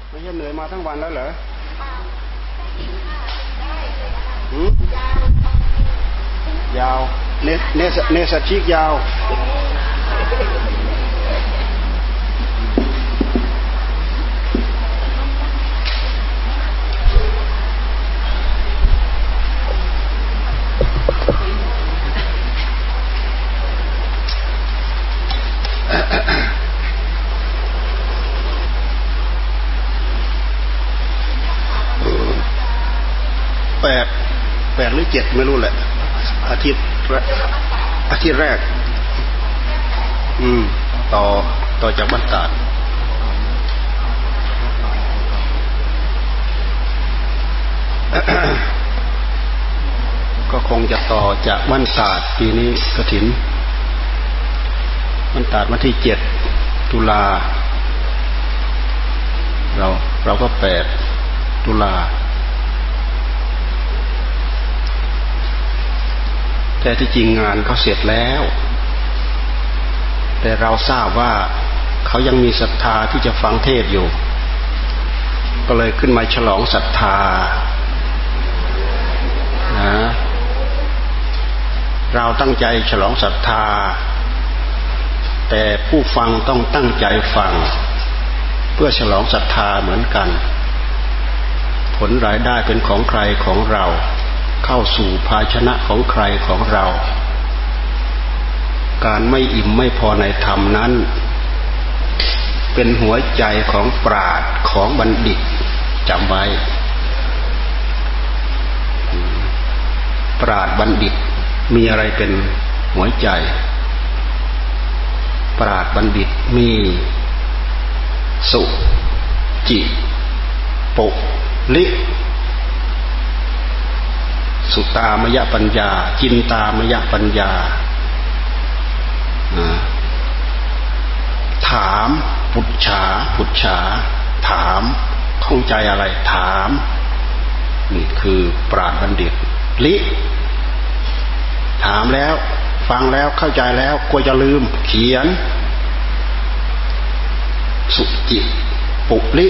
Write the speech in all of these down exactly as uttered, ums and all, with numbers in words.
ไม่ใช่เหนื่อยมาทั้งวันแล้วเหรอหืมยาวเนเนสเนสชิกยาวแปดแปดหรือเจ็ดไม่รู้แหละอาทิตย์อาทิตย์แรกอืมต่อต่อจากบ้านตาดก็คงจะต่อจากบ้านตาดปีนี้กฐินบ้านตาดวันที่เจ็ดตุลาเราเราก็แปดตุลาแต่ที่จริงงานเขาเสร็จแล้วแต่เราทราบว่าเขายังมีศรัทธาที่จะฟังเทศอยู่ก็เลยขึ้นมาฉลองศรัทธานะเราตั้งใจฉลองศรัทธาแต่ผู้ฟังต้องตั้งใจฟังเพื่อฉลองศรัทธาเหมือนกันผลรายได้เป็นของใครของเราเข้าสู่ภาชนะของใครของเราการไม่อิ่มไม่พอในธรรมนั้นเป็นหัวใจของปราชญ์ของบัณฑิตจำไว้ปราชญ์บัณฑิตมีอะไรเป็นหัวใจปราชญ์บัณฑิตมีสุจิปุลิสุตามยปัญญาจินตามยปัญญาถามปุจฉาปุจฉาถามข้องใจอะไรถามนี่คือปราชญ์บัณฑิตลิถามแล้วฟังแล้วเข้าใจแล้วกลัวจะลืมเขียนสุจิปุลิ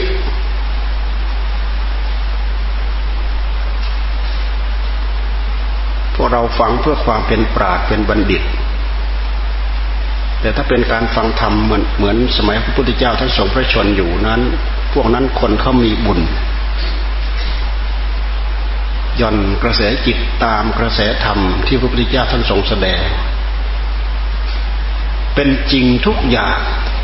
พวกเราฟังเพื่อความเป็นปราชญ์เป็นบัณฑิตแต่ถ้าเป็นการฟังธรรมเหมือนเหมือนสมัยพระพุทธเจ้าท่านทรงพระชนอยู่นั้นพวกนั้นคนเขามีบุญย่อนกระแสจิตตามกระแสธรรมที่พระพุทธเจ้าท่านทรงแสดงเป็นจริงทุกอย่าง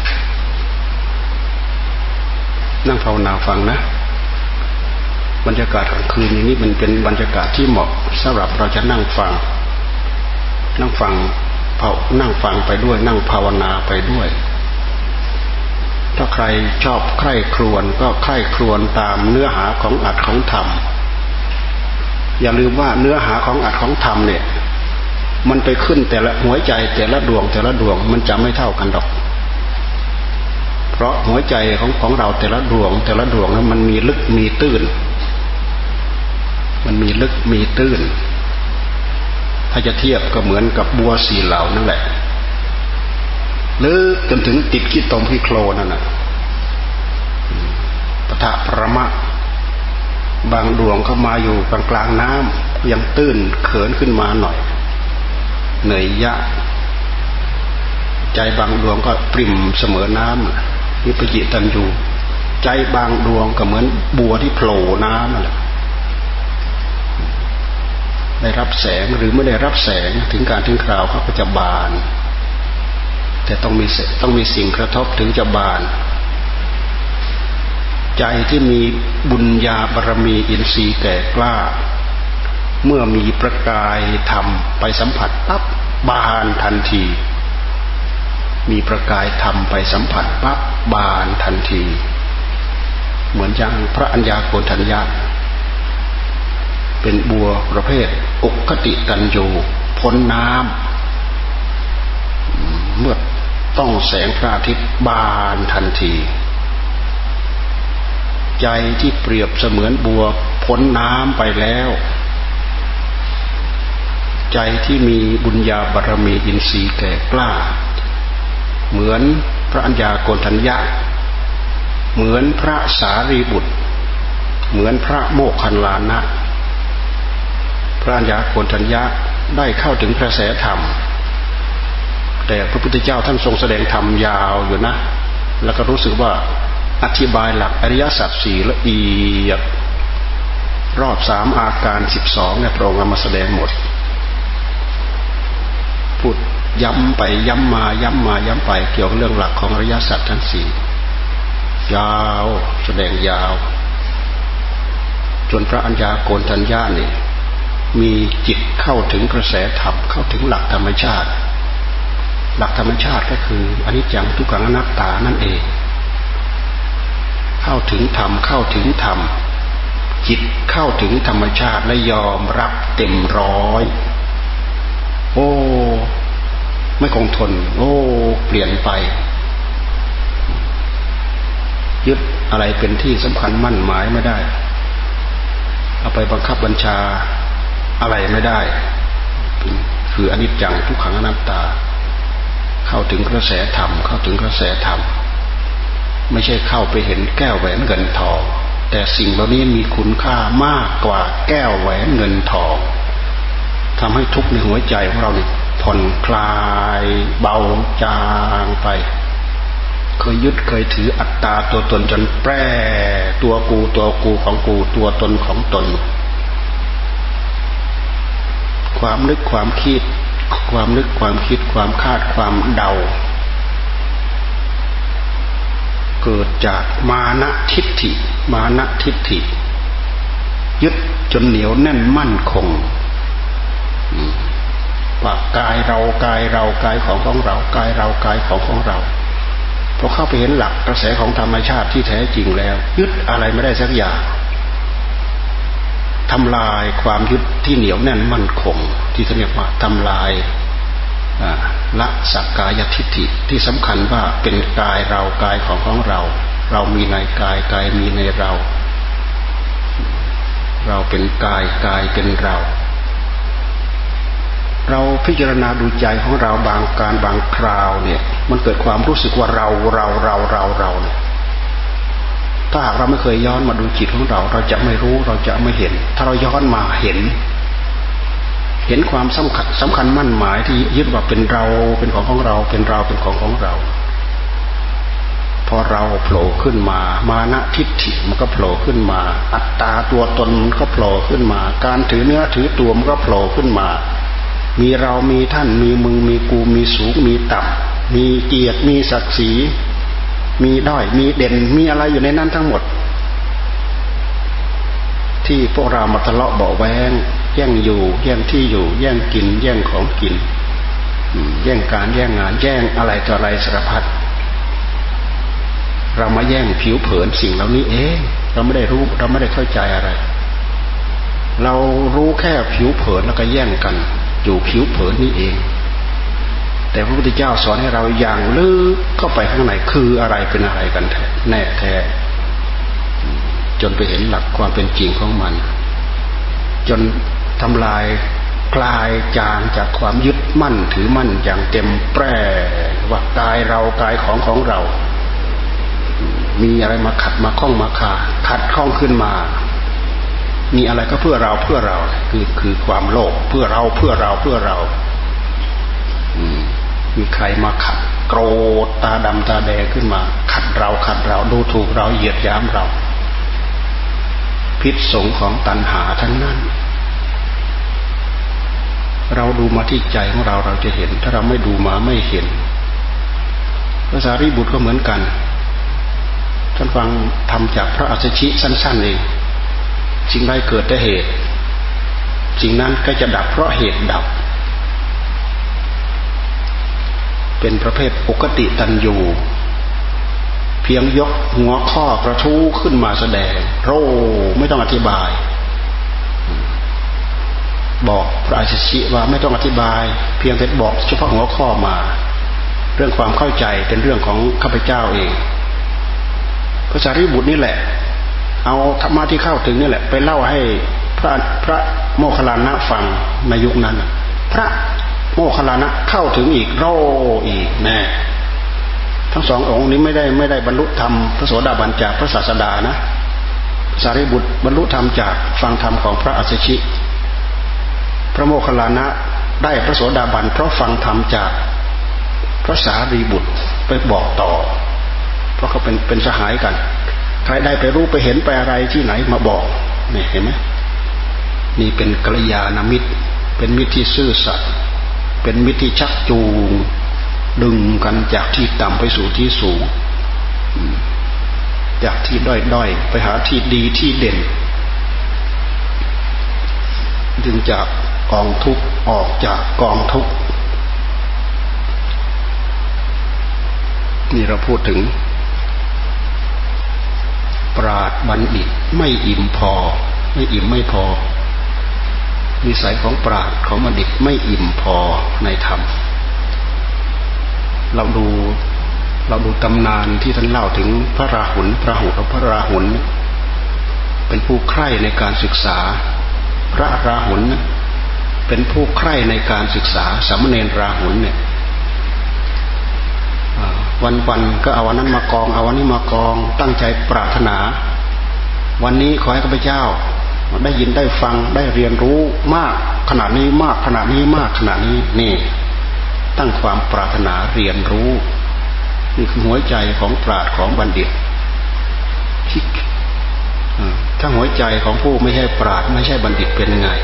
นั่งภาวนาฟังนะบรรยากาศกลางคืนอย่างนี้มันเป็นบรรยากาศที่เหมาะสำหรับเราจะนั่งฟังนั่งฟังเผานั่งฟังไปด้วยนั่งภาวนาไปด้วยถ้าใครชอบใคร่ครวญก็ใคร่ครวญตามเนื้อหาของอัตถของธรรมอย่าลืมว่าเนื้อหาของอัตถของธรรมเนี่ยมันไปขึ้นแต่ละหัวใจแต่ละดวงแต่ละดวงมันจะไม่เท่ากันดอกเพราะหัวใจของของเราแต่ละดวงแต่ละดวงนั้นมันมีลึกมีตื้นมันมีลึกมีตื้นถ้าจะเทียบก็เหมือนกับบัวสีเหล่านั่นแหละลึกจนถึงติดขี้ตมขี้โคลนนั่นน่ะปะทะประมะบางดวงเข้ามาอยู่กลางกลางน้ำยังตื้นเขินขึ้นมาหน่อยเหนื่อยยะใจบางดวงก็ปริ่มเสมอน้ำวิปจิตันยูใจบางดวงก็เหมือนบัวที่โผล่น้ำนั่นแหละได้รับแสงหรือไม่ได้รับแสงถึงการถึงคราวเขาก็จะบานแต่ต้องมีต้องมีสิ่งกระทบถึงจะบานใจที่มีบุญญาบารมีอินทรีย์แก่กล้าเมื่อมีประกายธรรมไปสัมผัสปั๊บบานทันทีมีประกายธรรมไปสัมผัสปั๊บบานทันทีเหมือนอย่างพระอัญญาโกณฑัญญะเป็นบัวประเภทอุกขติตันยูพ้นน้ำเมื่อต้องแสงพระอาทิตย์บานทันทีใจที่เปรียบเสมือนบัวพ้นน้ำไปแล้วใจที่มีบุญญาบารมีอินทรีย์แก่กล้าเหมือนพระอัญญาโกณฑัญญะเหมือนพระสารีบุตรเหมือนพระโมคคัลลานะพระอัญญาโกณฑัญญะได้เข้าถึงกระแสธรรมแต่พระพุทธเจ้าท่านทรงแสดงธรรมยาวอยู่นะแล้วก็รู้สึกว่าอธิบายหลักอริยสัจสี่ละเอียดรอบสามอาการสิบสองเนี่ยพระองค์เอามาแสดงหมดพูดย้ำไปย้ำมาย้ำมาย้ำไปเกี่ยวกับเรื่องหลักของอริยสัจทั้งสี่ยาวแสดงยาวจนพระอัญญาโกณฑัญญะนี่มีจิตเข้าถึงกระแสธรรมเข้าถึงหลักธรรมชาติหลักธรรมชาติก็คืออนิจจังทุกขังอนัตตานั่นเองเข้าถึงธรรมเข้าถึงธรรมจิตเข้าถึงธรรมชาติและยอมรับเต็มร้อยโอ้ไม่คงทนโอ้เปลี่ยนไปยึดอะไรเป็นที่สำคัญมั่นหมายไม่ได้เอาไปบังคับบัญชาอะไรไม่ได้คืออนิจจังทุกขังอนัตตาเข้าถึงกระแสธรรมเข้าถึงกระแสธรรมไม่ใช่เข้าไปเห็นแก้วแหวนเงินทองแต่สิ่งเหล่านี้มีคุณค่ามากกว่าแก้วแหวนเงินทองทำให้ทุกข์ในหัวใจของเราเนี่ยผ่อนคลายเบาจางไปเคยยึดเคยถืออัตตาตัวตนจนแปรตัวกูตัวกูของกูตัวตนของตนความนึกความคิดความนึกความคิดความคาดความเดาเกิดจากมานะทิฏฐิมานะทิฏฐิยึดจนเหนียวแน่นมั่นคงว่ากายเรากายเรากายของของเรากายเรากายของของเราพอเข้าไปเห็นหลักกระแสของธรรมชาติที่แท้จริงแล้วยึดอะไรไม่ได้สักอย่างทำลายความยึดที่เหนียวแน่นมั่นคงที่เรียกว่าทำลายละสักกายทิฏฐิที่สำคัญว่าเป็นกายเรากายของของเราเรามีในกายกายมีในเราเราเป็นกายกายเป็นเราเราพิจารณาดูใจของเราบางการบางคราวเนี่ยมันเกิดความรู้สึกว่าเราเราเราเราเราเนี่ยถ้าหากเราไม่เคยย้อนมาดูจิตของเราเราจะไม่รู้เราจะไม่เห็นถ้าเราย้อนมาเห็นเห็นความสำคัญสำคัญมั่นหมายที่ยึดว่าเป็นเราเป็นของของเราเป็นเราเป็นของของเราพอเราโผล่ขึ้นมามานะทิฏฐิมันก็โผล่ขึ้นมาอัตตาตัวตนมันก็โผล่ขึ้นมาการถือเนื้อถือตัวมันก็โผล่ขึ้นมามีเรามีท่านมีมึงมีกูมีสูงมีต่ำมีเกียรติมีศักดิ์ศรีมีด้อยมีเด่นมีอะไรอยู่ในนั้นทั้งหมดที่พวกเรามาทะเลาะเบาะแว้งแย่งอยู่แย่งที่อยู่แย่งกินแย่งของกินแย่งการแย่งงานแย่งอะไรต่ออะไรสารพัดเรามาแย่งผิวเผินสิ่งเหล่านี้เองเราไม่ได้รู้เราไม่ได้เข้าใจอะไรเรารู้แค่ผิวเผินแล้วก็แย่งกันอยู่ผิวเผินนี่เองแต่พระพุทธเจ้าสอนให้เราอย่างลึกเข้าไปข้างในคืออะไรเป็นอะไรกันแท้แน่แท้จนไปเห็นหลักความเป็นจริงของมันจนทำลายคลายจางจากความยึดมั่นถือมั่นอย่างเต็มแปร่ว่ากายเรากายของของเรามีอะไรมาขัดมาข้องมาคาขัดข้องขึ้นมามีอะไรก็เพื่อเราเพื่อเราคือคือความโลภเพื่อเราเพื่อเราเพื่อเรามีใครมาขัดโกรธตาดำตาแดงขึ้นมาขัดเราขัดเราดูถูกเราเหยียดหยามเราพิษสงของตัณหาทั้งนั้นเราดูมาที่ใจของเราเราจะเห็นถ้าเราไม่ดูมาไม่เห็นพระสารีบุตรก็เหมือนกันท่านฟังทำจากพระอัสสชิสั้นๆเองสิ่งใดเกิดแต่เหตุสิ่งนั้นก็จะดับเพราะเหตุดับเป็นประเภทปกติตัญญูเพียงยกหัวข้อกระทู้ขึ้นมาแสดงโร่ไม่ต้องอธิบายบอกพระอัสสชิว่าไม่ต้องอธิบายเพียงแต่บอกเฉพาะหัวข้อมาเรื่องความเข้าใจเป็นเรื่องของข้าพเจ้าเองพระสารีบุตรนี่แหละเอาธรรมะที่เข้าถึงนี่แหละไปเล่าให้พระพระโมคคัลลานะฟังในยุคนั้นพระโมคคัลลานะเข้าถึงอีกโร่อีกแน่ทั้งสององค์นี้ไม่ได้ไม่ได้บรรลุธรรมพระโสดาบันจากพระศาสดานะสารีบุตรบรรลุธรรมจากฟังธรรมของพระอัสสชิพระโมคคัลลานะได้พระโสดาบันเพราะฟังธรรมจากพระสารีบุตรไปบอกต่อเพราะเขาเป็นเป็นสหายกันใครได้ไปรู้ไปเห็นไปอะไรที่ไหนมาบอกนี่เห็นไหมนี่เป็นกัลยาณมิตรเป็นมิตรที่ซื่อสัตย์เป็นมิตรที่ชักจูงดึงกันจากที่ต่ำไปสู่ที่สูงจากที่ด้อยด้อยไปหาที่ดีที่เด่นดึงจากกองทุกข์ออกจากกองทุกข์นี่เราพูดถึงปราชญ์บัณฑิตไม่อิ่มพอไม่อิ่มไม่พอนิสัยของปราชญ์ของบัณฑิตไม่อิ่มพอในธรรมเราดูเราดูตำนานที่ท่านเล่าถึงพระราหุลพระหุลพระราหุลเป็นผู้ใคร่ในการศึกษาพระราหุลเป็นผู้ใคร่ในการศึกษาสามเณรราหุลเนี่ยวันๆก็เอาวันนั้นมากองเอาวันนี้มากองตั้งใจปรารถนาวันนี้ขอให้ข้าพเจ้าได้ยินได้ฟังได้เรียนรู้มากขนาดนี้มากขนาดนี้มากขนาดนี้นี่ตั้งความปรารถนาเรียนรู้นี่คือหัวใจของปราชญ์ของบัณฑิตถ้าหัวใจของผู้ไม่ใช่ปราชญ์ไม่ใช่บัณฑิตเป็นยังไง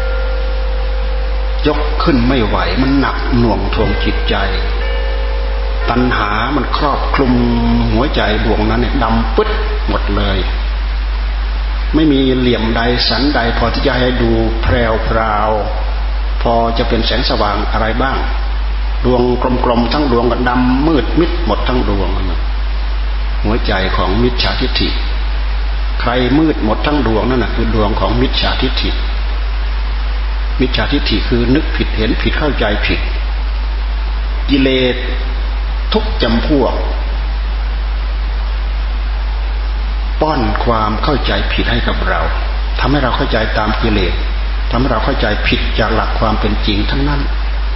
ยกขึ้นไม่ไหวมันหนักหน่วงทวงจิตใจตัณหามันครอบคลุมหัวใจดวงนั้นเนี่ยดำปึ๊ดหมดเลยไม่มีเหลี่ยมใดสันใดพอที่จะให้ดูแพรวพราวพอจะเป็นแสงสว่างอะไรบ้างดวงกลมๆทั้งดวงก็ดำมืดมิดหมดทั้งดวงนั่นหัวใจของมิจฉาทิฏฐิใครมืดหมดทั้งดวงนั่นน่ะคือดวงของมิจฉาทิฏฐิมิจฉาทิฏฐิคือนึกผิดเห็นผิดเข้าใจผิดกิเลสทุกจำพวกป้อนความเข้าใจผิดให้กับเราทำให้เราเข้าใจตามกิเลสทำให้เราเข้าใจผิดจากหลักความเป็นจริงทั้งนั้น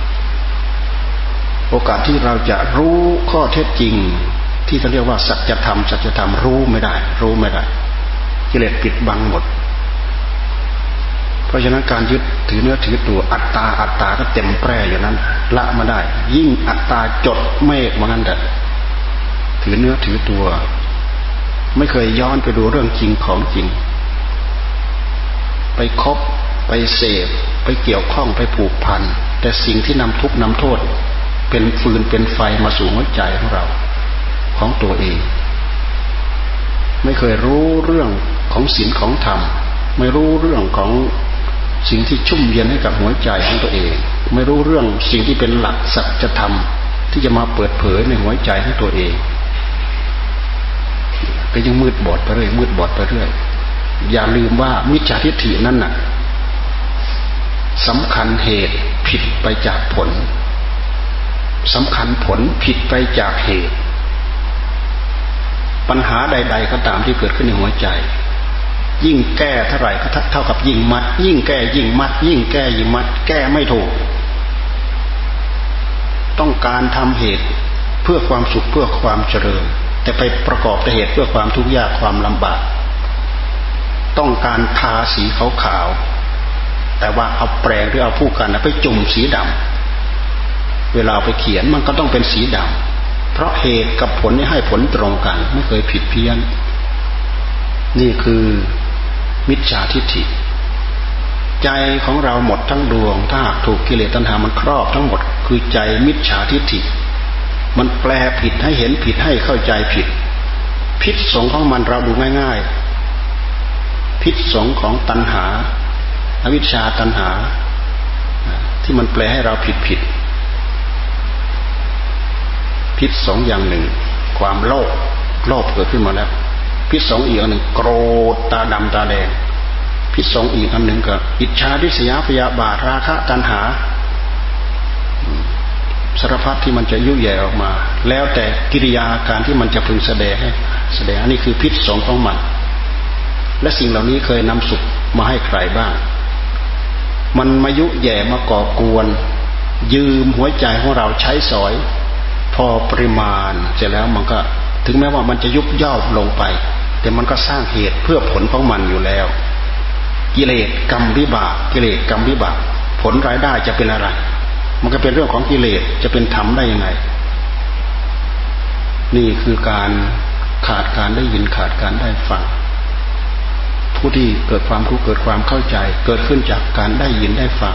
โอกาสที่เราจะรู้ข้อเท็จจริงที่เขาเรียกว่าสัจธรรมสัจธรรมรู้ไม่ได้รู้ไม่ได้กิเลสปิดบังหมดเพราะฉะนั้นการยึดถือเนื้อถือตัวอัตตาอัตตาก็เต็มแปร่อยู่นั้นละมาได้ยิ่งอัตตาจดเมฆว่างั้นแต่ถือเนื้อถือตัวไม่เคยย้อนไปดูเรื่องจริงของจริงไปคบไปเสพไปเกี่ยวข้องไปผูกพันแต่สิ่งที่นำทุกข์นำโทษเป็นฟืนเป็นไฟมาสู่หัวใจของเราของตัวเองไม่เคยรู้เรื่องของศีลของธรรมไม่รู้เรื่องของสิ่งที่ชุ่มเย็นให้กับหัวใจของตัวเองไม่รู้เรื่องสิ่งที่เป็นหลักสัจธรรมที่จะมาเปิดเผยในหัวใจของตัวเองก็ยังมืดบอดไปเรื่อยมืดบอดไปเรื่อยอย่าลืมว่ามิจฉาทิฏฐินั่นน่ะสำคัญเหตุผิดไปจากผลสำคัญผลผิดไปจากเหตุปัญหาใดๆก็ตามที่เกิดขึ้นในหัวใจยิ่งแก้เท่าไหร่ก็เท่ากับยิ่งมัดยิ่งแก้ยิ่งมัดยิ่งแก้ยิ่งมัดแก้ไม่ถูกต้องการทำเหตุเพื่อความสุขเพื่อความเจริญแต่ไปประกอบแต่เหตุเพื่อความทุกข์ยากความลำบากต้องการทาสีขาวๆแต่ว่าเอาแปรงหรือเอาผู้กันไปจุ่มสีดำเวลาเอาไปเขียนมันก็ต้องเป็นสีดำเพราะเหตุกับผลนี่ให้ผลตรงกันไม่เคยผิดเพี้ยนนี่คือมิจฉาทิฏฐิใจของเราหมดทั้งดวงถ้าหากถูกกิเลสตัณหามันครอบทั้งหมดคือใจมิจฉาทิฏฐิมันแปลผิดให้เห็นผิดให้เข้าใจผิดพิษสงของมันเราดูง่ายๆพิษสงของตัณหาอวิชชาตัณหาที่มันแปลให้เราผิดผิดพิษสงอย่างหนึ่งความโลภโลภเกิดขึ้นมาแล้วพิษสงอีกอันหนึ่งโกรธตาดำตาแดงพิษสงอีกอันหนึ่งก็อิจฉาริษยาพยาบาทราคะตัณหาสารพัดที่มันจะยุ่ยแย่ออกมาแล้วแต่กิริยาการที่มันจะพึงแสดงให้แสดงอันนี้คือพิษสงของมันและสิ่งเหล่านี้เคยนำสุขมาให้ใครบ้างมันมายุแย่มาก่อกวนยืมหัวใจของเราใช้สอยพอปริมาณเสร็จแล้วมันก็ถึงแม้ว่ามันจะยุบย่อลงไปแต่มันก็สร้างเหตุเพื่อผลของมันอยู่แล้วกิเลสกรรมวิบากกิเลสกรรมวิบากผลรายได้จะเป็นอะไรมันก็เป็นเรื่องของกิเลสจะเป็นธรรมได้ยังไงนี่คือการขาดการได้ยินขาดการได้ฟังผู้ที่เกิดความรู้เกิดความเข้าใจเกิดขึ้นจากการได้ยินได้ฟัง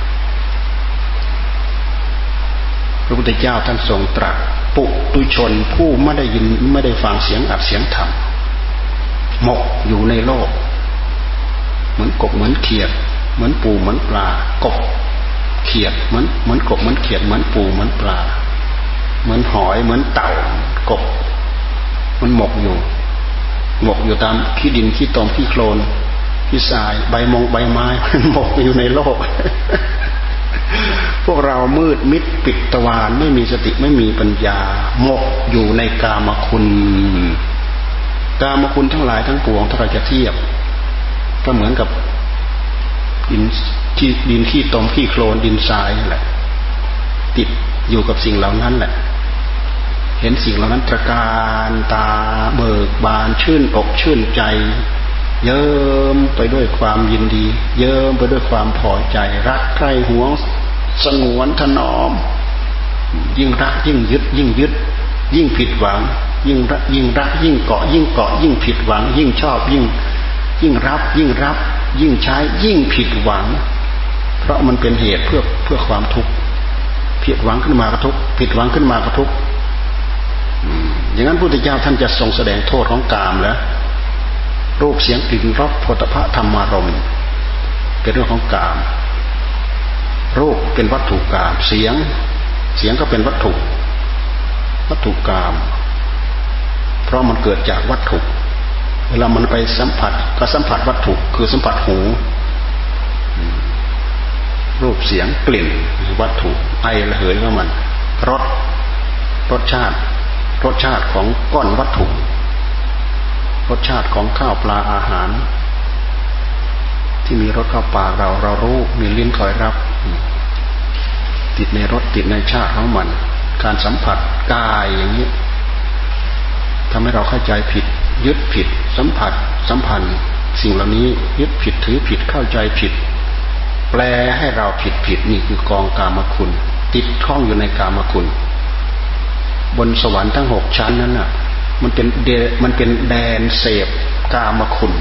พระพุทธเจ้าท่านทรงตรัสปุถุชนผู้ไม่ได้ยินไม่ได้ฟังเสียงอัดเสียงธรรมหมกอยู่ในโลกเหมือนกบเหมือนเขียดเหมือนปูเหมือนปลากบเขียดเหมือนเหมือนกบเหมือนเขียดเหมือนปูเหมือนปลาเหมือนหอยเหมือนเต่ากบมันหมกอยู่หมกอยู่ตามขี้ดินขี้ตมขี้โคลนขี้ทรายใบมงใบไม้มันหมกอยู่ในโลก พวกเรามืดมิดปิดตะวันไม่มีสติไม่มีปัญญาหมกอยู่ในกามคุณกามคุณทั้งหลายทั้งปวงถ้าเราจะเทียบก็เหมือนกับดินขี้ดินขี้ตมขี้โคลนดินทรายนั่นแหละติดอยู่กับสิ่งเหล่านั้นแหละเห็นสิ่งเหล่านั้นตระการตาเบิกบานชื่นอกชื่นใจเยิ้มไปด้วยความยินดีเยิ้มไปด้วยความพอใจรักใคร่หวงสงวนถนอมยิ่งรักยิ่งยึดยิ่งยึดยิ่งผิดหวังยิ่งรักยิ่งรักยิ่งเกาะยิ่งเกาะยิ่งผิดหวังยิ่งชอบยิ่งยิ่งรับยิ่งรับยิ่งใช้ยิ่งผิดหวังเพราะมันเป็นเหตุเพื่อเพื่อความทุกข์ผิดหวังขึ้นมากระทุกข์ผิดหวังขึ้นมากระทุกข์อย่างนั้นพระพุทธเจ้าท่านจะทรงแสดงโทษของกามแล้วรูปเสียงกลิ่นรสโผฏฐัพพะธรรมารมณ์เป็นเรื่องของกามรูปเป็นวัตถุกามเสียงเสียงก็เป็นวัตถุวัตถุกามเพราะมันเกิดจากวัตถุเวลามันไปสัมผัสก็สัมผัสวัตถุคือสัมผัสหูรูปเสียงกลิ่นวัตถุไอระเหยของมันรสรสชาติรสชาติของก้อนวัตถุรสชาติของข้าวปลาอาหารที่มีรสเข้าปากเราเรารู้มีลิ้นคอยรับติดในรสติดในชาติของมันการสัมผัสกายอย่างนี้ทำให้เราเข้าใจผิดยึดผิดสัมผัสสัมพันธ์สิ่งเหล่านี้ยึดผิดถือผิดเข้าใจผิดแปลให้เราผิดผิดนี่คือกองกามคุณติดข้องอยู่ในกามคุณบนสวรรค์ทั้งหกชั้นนั้นน่ะมันเป็นเดมันเป็นแดนเสพกามคุณ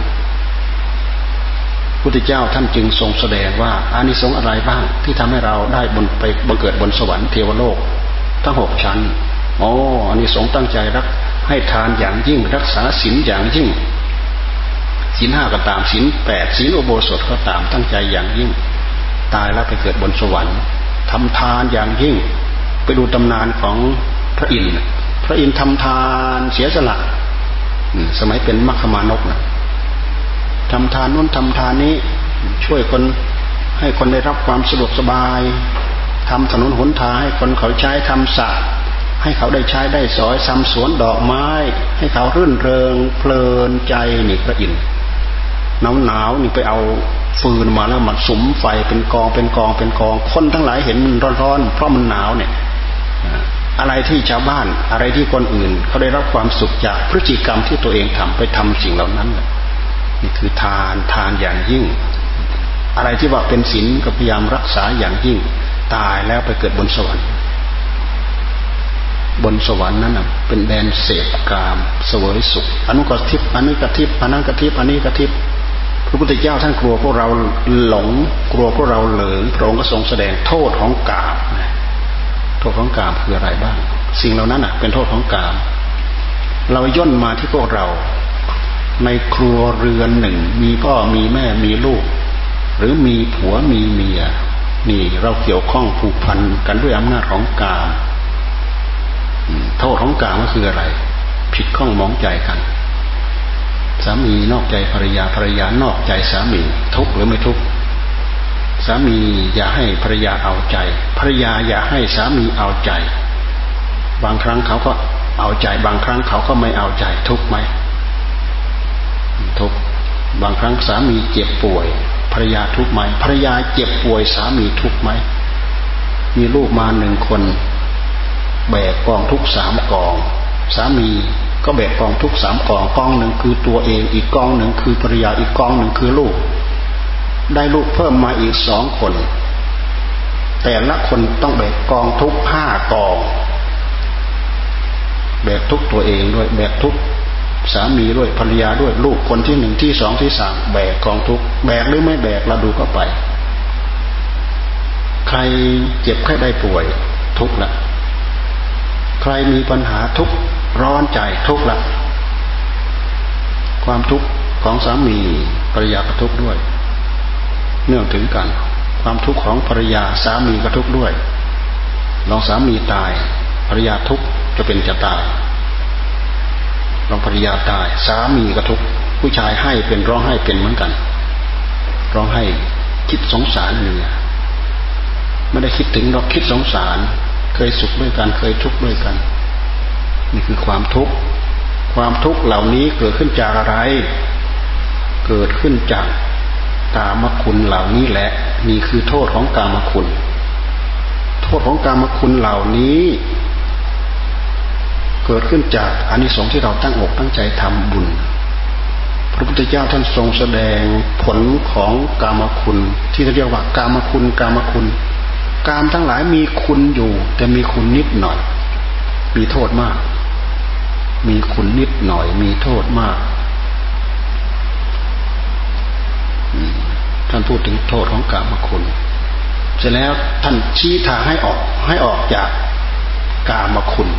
พุทธเจ้าท่านจึงทรงแสดงว่าอานิสงส์อะไรบ้างที่ทำให้เราได้บนไปบังเกิดบนสวรรค์เทวโลกทั้งหกชั้นอ๋ออานิสงส์ตั้งใจรักให้ทานอย่างยิ่งรักษาศีลอย่างยิ่งศีลห้าก็ตามศีลแปดศีลอุโบสถก็ตามตั้งใจอย่างยิ่งตายแล้วไปเกิดบนสวรรค์ทำทานอย่างยิ่งไปดูตำนานของพระอินทร์พระอินทร์ทำทานเสียสละสมัยเป็นมัคคมานพนะทำทานนู้นทำทานนี้ช่วยคนให้คนได้รับความสะดวกสบายทำถนนหนทางให้คนเขาใช้ทำสระให้เขาได้ใช้ได้สอยทำสวนดอกไม้ให้เขารื่นเริงเพลินใจนี่พระอินทร์หนาวหนาวนี่ไปเอาฟืนมาแล้วมาสุมไฟเป็นกองเป็นกองเป็นกองคนทั้งหลายเห็นมันร้อนๆเพราะมันหนาวเนี่ยอะไรที่ชาวบ้านอะไรที่คนอื่นเขาได้รับความสุขจากพฤติกรรมที่ตัวเองทำไปทำสิ่งเหล่านั้นนี่คือทานทานอย่างยิ่งอะไรที่ว่าเป็นศีลก็พยายามรักษาอย่างยิ่งตายแล้วไปเกิดบนสวรรค์บนสวรรค์นั้นเป็นแดนเสพกามเสวยสุขอนุกทิพย์อันนี้กทิพย์อันนั้นกทิพย์อันนี้กทิพย์พระพุทธเจ้าท่านกลัวพวกเราหลงกลัวพวกเราเหลิงพระองค์ก็ทรงแสดงโทษของกามโทษของกามคืออะไรบ้างสิ่งเหล่านั้นเป็นโทษของกามเราย่นมาที่พวกเราในครัวเรือนหนึ่งมีพ่อมีแม่มีลูกหรือมีผัวมีเมียนี่เราเกี่ยวข้องผูกพันกันด้วยอำนาจของกามโทษของกามก็คืออะไรผิดข้องมองใจกันสามีนอกใจภรรยาภรรยานอกใจสามีทุกข์หรือไม่ทุกข์สามีอย่าให้ภรรยาเอาใจภรรยาอย่าให้สามีเอาใจบางครั้งเขาก็เอาใจบางครั้งเขาก็ไม่เอาใจทุกข์ไหมทุกข์บางครั้งสามีเจ็บป่วยภรรยาทุกข์ไหมภรรยาเจ็บป่วยสามีทุกข์ไหมมีลูกมาหนึ่งคนแบกกองทุกข์สามกองสามีก็แบกกองทุกข์สามกองกองหนึ่งคือตัวเองอีกกองหนึ่งคือภรรยาอีกกองหนึ่งคือลูกได้ลูกเพิ่มมาอีกสองคนแต่ละคนต้องแบกกองทุกข์ห้ากองแบกทุกตัวเองด้วยแบกทุกสามีด้วยภรรยาด้วยลูกคนที่หนึ่งที่สองที่สามแบกกองทุกแบกหรือไม่แบกเราดูเข้าไปใครเจ็บใครได้ป่วยทุกข์ละใครมีปัญหาทุกข์ร้อนใจทุกข์ละความทุกข์ของสามีภรรยาก็ทุกข์ด้วยเนื่องถึงกันความทุกข์ของภรรยาสามีก็ทุกข์ด้วยลองสามีตายภรรยาทุกข์จะเป็นจะตายลองภรรยาตายสามีก็ทุกข์ผู้ชายให้เป็นร้องไห้เป็นเหมือนกันร้องไห้คิดสงสารเมียไม่ได้คิดถึงเราคิดสงสารเคยสุขด้วยกันเคยทุกข์ด้วยกันนี่คือความทุกข์ความทุกข์เหล่านี้เกิดขึ้นจากอะไรเกิดขึ้นจากกามคุณเหล่านี้แหละนี่คือโทษของกามคุณโทษของกามคุณเหล่านี้เกิดขึ้นจากอานิสงส์ที่เราตั้งอกตั้งใจทำบุญพระพุทธเจ้าท่านทรงแสดงผลของกามคุณที่เรียกว่ากามคุณกามคุณกามทั้งหลายมีคุณอยู่แต่มีคุณนิดหน่อยมีโทษมากมีคุณนิดหน่อยมีโทษมากท่านพูดถึงโทษของกามคุณเสร็จแล้วท่านชี้ทางให้ออกให้ออกจากกามคุณ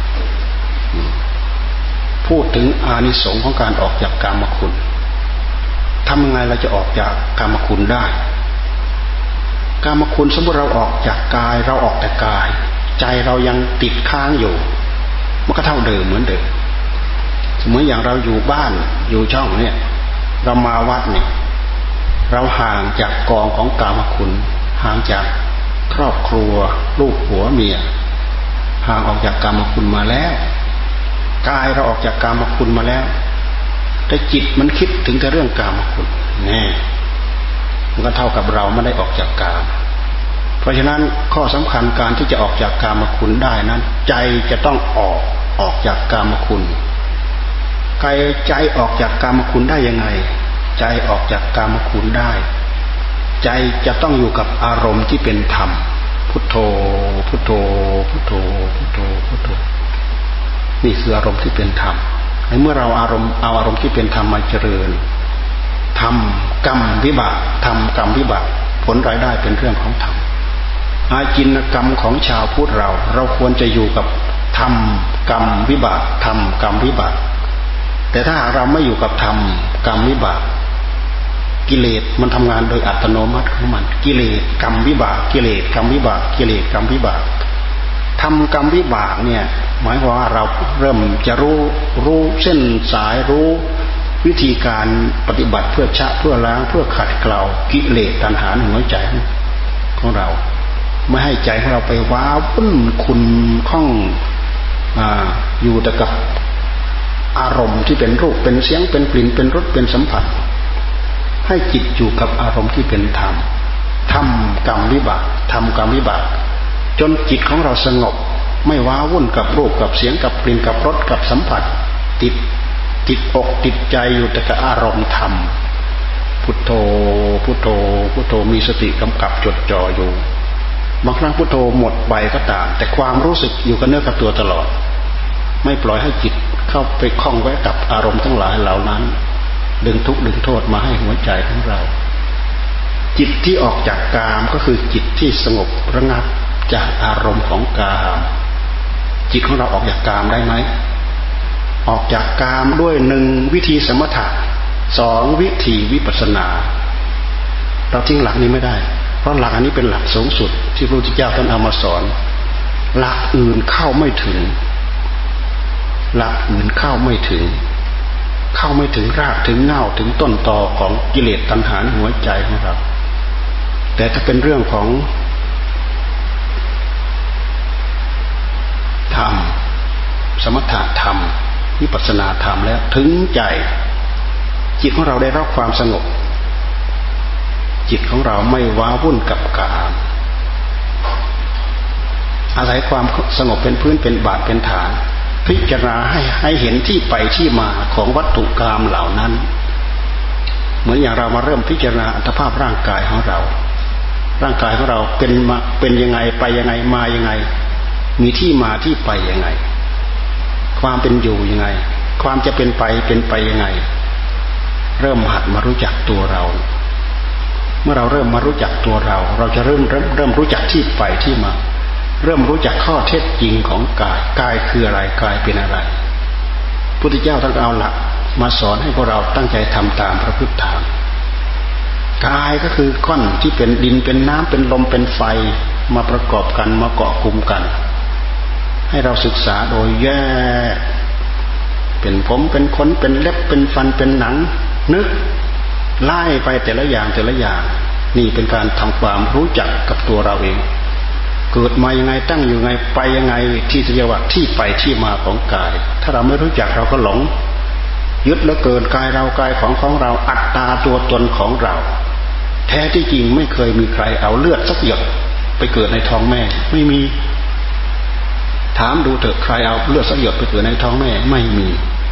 พูดถึงอานิสงส์ของการออกจากกามคุณทำยังไงเราจะออกจากกามคุณได้กามคุณสมมติเราออกจากกายเราออกแต่กายใจเรายังติดค้างอยู่มันก็เท่าเดิมเหมือนเดิมสมมติอย่างเราอยู่บ้านอยู่ช่องเนี่ยเรามาวัดเนี่ยเราห่างจากกองของกามคุณห่างจากครอบครัวลูกผัวเมียห่างออกจากกามคุณมาแล้วกายเราออกจากกามคุณมาแล้วแต่จิตมันคิดถึงแต่เรื่องกามคุณแน่มันก็เท่ากับเราไม่ได้ออกจากกามเพราะฉะนั้นข้อสำคัญการที่จะออกจากกามคุณได้นั้นใจจะต้องออกออกจากกามคุณกายใจออกจากกามคุณได้ยังไงใจออกจากกามคุณได้ใจจะต้องอยู่กับอารมณ์ที่เป็นธรรมพุทโธพุทโธพุทโธพุทโธพุทโธนี่คืออารมณ์ที่เป็นธรรมในเมื่อเราอารมณ์เอาอารมณ์ที่เป็นธรรมมาเจริญทำกรรมวิบากทำกรรมวิบากผลรายได้เป็นเรื่องของธรรมอาจินกรรมของชาวพุทธเราเราควรจะอยู่กับทำกรรมวิบากทำกรรมวิบากแต่ถ้าหากเราไม่อยู่กับทำกรรมวิบากกิเลสมันทำงานโดยอัตโนมัติของมันกิเลสกรรมวิบากกิเลสกรรมวิบากกิเลสกรรมวิบากทำกรรมวิบากเนี่ยหมายความว่าเราเริ่มจะรู้รู้เส้นสายรู้วิธีการปฏิบัติเพื่อชะเพื่อล้างเพื่อขัดเกลากิเลสตัณหาในหัวใจของเราไม่ให้ใจของเราไปว้าวุ่นขุ่นข้องอ่าอยู่แต่กับอารมณ์ที่เป็นรูปเป็นเสียงเป็นกลิ่นเป็นรสเป็นสัมผัสให้จิตอยู่กับอารมณ์ที่เป็นธรรมทำกรรมวิบากทำกรรมวิบากจนจิตของเราสงบไม่ว้าวุ่นกับรูปกับเสียงกับกลิ่นกับรสกับสัมผัสติดติดอกติดใจอยู่แต่กับอารมณ์ธรรมพุทโธพุทโธพุทโธมีสติกำกับจดจ่ออยู่บางครั้งพุทโธหมดไปก็ตามแต่ความรู้สึกอยู่กับเนื้อกับตัวตลอดไม่ปล่อยให้จิตเข้าไปคล้องไว้กับอารมณ์ทั้งหลายเหล่านั้นดึงทุกข์ดึงโทษมาให้หัวใจของเราจิตที่ออกจากกามก็คือจิตที่สงบระงับจากอารมณ์ของกามจิตของเราออกจากกามได้ไหมออกจากกามด้วยหนึ่งวิธีสมถะสองวิธีวิปัสสนาเราทิ้งหลักนี้ไม่ได้เพราะหลักอันนี้เป็นหลักสูงสุดที่พระพุทธเจ้าท่านเอามาสอนหลักอื่นเข้าไม่ถึงหลักอื่นเข้าไม่ถึงเข้าไม่ถึงรากถึงเง่าถึงต้นตอของกิเลสตัณหาในหัวใจของเราแต่ถ้าเป็นเรื่องของธรรมสมถะธรรมวิปัสสนาธรรมแล้วถึงใจจิตของเราได้รับความสงบจิตของเราไม่ว้าวุ่นกับกามอาศัยความสงบเป็นพื้นเป็นบาทเป็นฐานพิจารณาให้ให้เห็นที่ไปที่มาของวัตถุกรรมเหล่านั้นเหมือนอย่างเรามาเริ่มพิจารณาอัตภาพร่างกายของเราร่างกายของเราเป็นมาเป็นยังไงไปยังไงมายังไงมีที่มาที่ไปยังไงความเป็นอยู่ยังไงความจะเป็นไปเป็นไปยังไงเริ่มหัดมารู้จักตัวเราเมื่อเราเริ่มมารู้จักตัวเราเราจะเริ่มเริ่มเริ่มรู้จักที่ไปที่มาเริ่มรู้จักข้อเท็จจริงของกายกายคืออะไรกายเป็นอะไรพุทธเจ้าท่านเอาหลักมาสอนให้พวกเราตั้งใจทำตามพระพุทธธรรมกายก็คือก้อนที่เป็นดินเป็นน้ำเป็นลมเป็นไฟมาประกอบกันมาเกาะกลุ่มกันให้เราศึกษาโดยแยกเป็นผมเป็นขนเป็นเล็บเป็นฟันเป็นหนังนึกไล่ไปแต่ละอย่างแต่ละอย่างนี่เป็นการทำความรู้จักกับตัวเราเองเกิดมายังไงตั้งอยู่ยังไงไปยังไงที่เรียกว่าที่ไปที่มาของกายถ้าเราไม่รู้จักเราก็หลงยึดแล้วเกินกายเรากายของของเราอัตตาตัวตนของเราแท้ที่จริงไม่เคยมีใครเอาเลือดสักหยดไปเกิดในท้องแม่ไม่มีถามดูเถอะใครเอาเลือดสักหยดไปเกิดในท้องแม่ไม่มี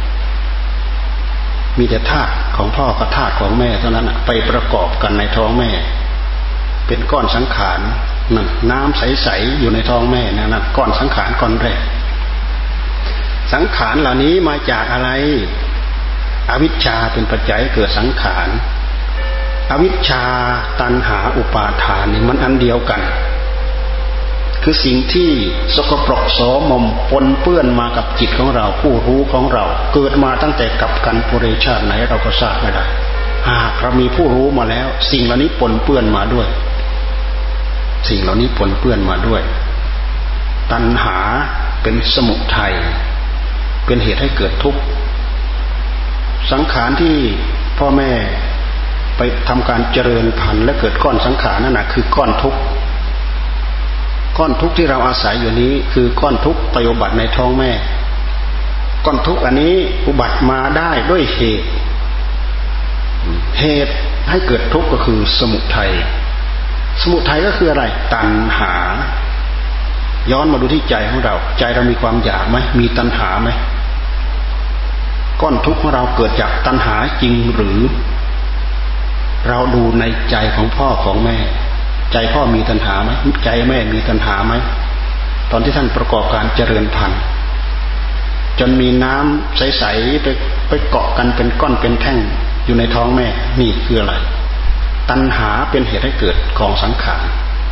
มีแต่ธาตุของพ่อกับธาตุของแม่เท่านั้นไปประกอบกันในท้องแม่เป็นก้อนสังขารนั่นน้ำใสๆอยู่ในท้องแม่นั่นก้อนสังขารก้อนแรกสังขารเหล่านี้มาจากอะไรอวิชชาเป็นปัจจัยเกิดสังขารอวิชชาตัณหาอุปาทานนี่มันอันเดียวกันคือสิ่งที่สกปรกโสมมปนเปื้อนมากับจิตของเราผู้รู้ของเราเกิดมาตั้งแต่กับกันปุเรชาติไหนเราก็ทราบไม่ได้หากเรามีผู้รู้มาแล้วสิ่งเหล่านี้ปนเปื้อนมาด้วยสิ่งเหล่านี้ปนเปื้อนมาด้วยตัณหาเป็นสมุทัยเป็นเหตุให้เกิดทุกข์สังขารที่พ่อแม่ไปทำการเจริญพันธุ์และเกิดก้อนสังขารนั่นนะคือก้อนทุกข์ก้อนทุกข์ที่เราอาศัยอยู่นี้คือก้อนทุกข์ไปอุบัติในท้องแม่ก้อนทุกข์อันนี้อุบัติมาได้ด้วยเหตุเหตุให้เกิดทุกข์ก็คือสมุทัยสมุทัยก็คืออะไรตัณหาย้อนมาดูที่ใจของเราใจเรามีความอยากไหมมีตัณหาไหมก้อนทุกข์ของเราเกิดจากตัณหาจริงหรือเราดูในใจของพ่อของแม่ใจพ่อมีตัณหาไหมใจแม่มีตัณหาไหมตอนที่ท่านประกอบการเจริญพันธุ์จนมีน้ำใสๆไปไปเกาะกันเป็นก้อนเป็นแท่งอยู่ในท้องแม่นี่คืออะไรตัณหาเป็นเหตุให้เกิดกองสังขาร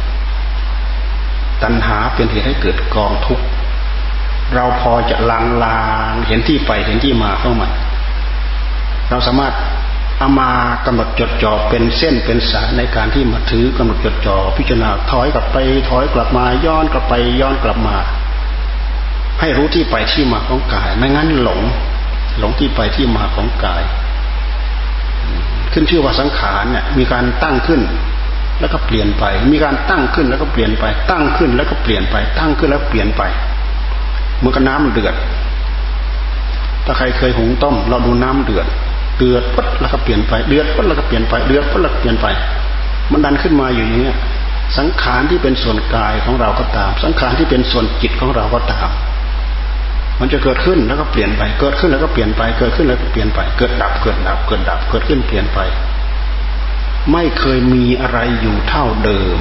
ตัณหาเป็นเหตุให้เกิดกองทุกข์เราพอจะลางลางเห็นที่ไปเห็นที่มาเข้ามาเราสามารถเอามากำหนดจดจ่อเป็นเส้นเป็นสายในการที่มาถือกำหนดจดจ่อพิจารณาถอยกลับไปถอยกลับมาย้อนกลับไปย้อนกลับมาให้รู้ที่ไปที่มาของกายไม่งั้นหลงหลงที่ไปที่มาของกายขึ้นชื่อว่าสังขารเนี่ยมีการตั้งขึ้นแล้วก็เปลี่ยนไปมีการตั้งขึ้นแล้วก็เปลี่ยนไปตั้งขึ้นแล้วก็เปลี่ยนไปตั้งขึ้นแล้วเปลี่ยนไปเมื่อกับน้ำเดือดถ้าใครเคยหุงต้มเราดูน้ำเดือดเดือดปุ๊บแล้วก็เปลี่ยนไปเดือดปุ๊บแล้วก็เปลี่ยนไปเดือดปุ๊บแล้วก็เปลี่ยนไปมันดันขึ้นมาอยู่อย่างนี้สังขารที่เป็นส่วนกายของเราก็ตามสังขารที่เป็นส่วนจิตของเราก็ตามมันจะเกิดขึ้นแล้วก็เปลี่ยนไปเกิดขึ้นแล้วก็เปลี่ยนไปเกิดขึ้นแล้วก็เปลี่ยนไปเกิดดับเกิดดับเกิดดับเกิดขึ้นเปลี่ยนไปไม่เคยมีอะไรอยู่เท่าเดิม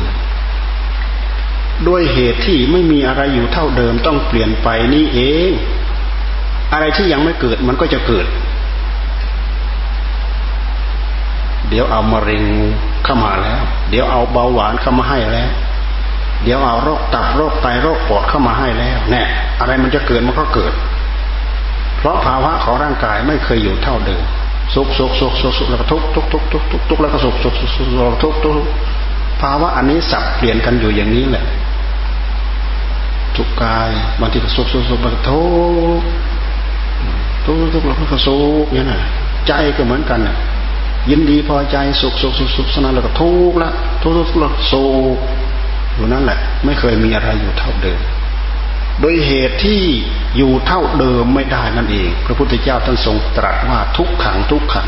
ด้วยเหตุที่ไม่มีอะไรอยู่เท่าเดิมต้องเปลี่ยนไปนี่เองอะไรที่ยังไม่เกิดมันก็จะเกิดเดี๋ยวเอามะเร็งเข้ามาแล้วเดี๋ยวเอาเบาหวานเข้ามาให้แล้วเดี๋ยวเอาโรคตับโรคไตโรคปอดเข้ามาให้แล้วแน่อะไรมันจะเกิดมันก็เกิดเพราะภาวะของร่างกายไม่เคยอยู่เท่าเดิมสุขสุขสุขสุขสุขแล้วก็ทุกทุกทุกทุกทุกทุกแล้วก็สุขสุขสุขสุขทุกทุกภาวะอันนี้สับเปลี่ยนกันอยู่อย่างนี้แหละทุกกายบางทีก็สุขสุขสุขบางทีทุกทุกทุกแล้วก็สุขอย่างนั้นใจก็เหมือนกันน่ะยินดีพอใจสุขสุขสุขสุขสนั่นแล้วก็ทุกข์ละทุกข์ทุกข์แล้วโศกอยู่นั่นแหละไม่เคยมีอะไรอยู่เท่าเดิมโดยเหตุที่อยู่เท่าเดิมไม่ได้นั่นเองพระพุทธเจ้าท่านทรงตรัสว่าทุกขังทุกขัง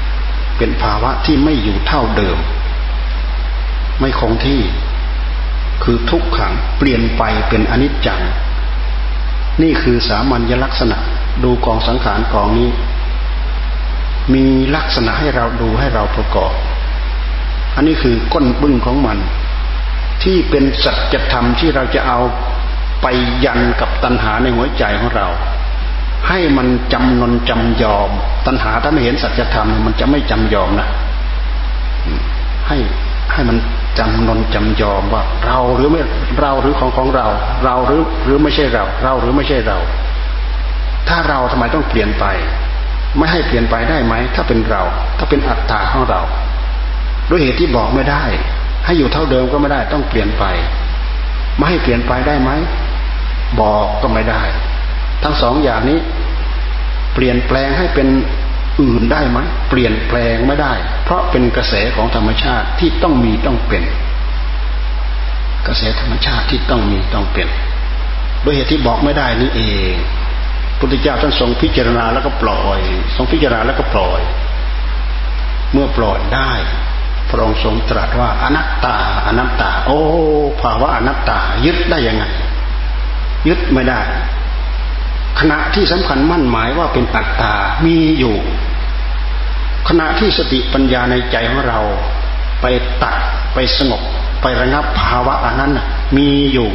เป็นภาวะที่ไม่อยู่เท่าเดิมไม่คงที่คือทุกขังเปลี่ยนไปเป็นอนิจจังนี่คือสามัญลักษณะดูกองสังขารกองนี้มีลักษณะให้เราดูให้เราประกอบอันนี้คือก้นบึ้งของมันที่เป็นสัจธรรมที่เราจะเอาไปยันกับตัณหาในหัวใจของเราให้มันจำนนจำยอมตัณหาถ้าไม่เห็นสัจธรรมมันจะไม่จำยอมนะให้ให้มันจำนนจำยอมว่าเราหรือไม่เราหรือของของเราเราหรือหรือไม่ใช่เราเราหรือไม่ใช่เราถ้าเราทำไมต้องเปลี่ยนไปไม่ให้เปลี่ยนไปได้ไหมถ้าเป็นเราถ้าเป็นอัตตาของเราด้วยเหตุที่บอกไม่ได้ให้อยู่เท่าเดิมก็ไม่ได้ต้องเปลี่ยนไปไม่ให้เปลี่ยนไปได้ไหมบอกก็ไม่ได้ทั้งสองอย่างนี้เปลี่ยนแปลงให้เป็นอื่นได้ไหมเปลี่ยนแปลงไม่ได้เพราะเป็นกระแสของธรรมชาติที่ต้องมีต้องเป็นกระแสธรรมชาติที่ต้องมีต้องเป็นด้วยเหตุที่บอกไม่ได้นี่เองพุทธเจ้าท่านทรงพิจารณาแล้วก็ปล่อยทรงพิจารณาแล้วก็ปล่อยเมื่อปล่อยได้พระองค์ทรงตรัสว่าอนัตตาอนัตตาโอ้ภาวะอนัตตายึดได้ยังไงยึดไม่ได้ขณะที่สำคัญมั่นหมายว่าเป็นอัตตามีอยู่ขณะที่สติปัญญาในใจของเราไปตัดไปสงบไประงับภาวะอันนั้นมีอยู่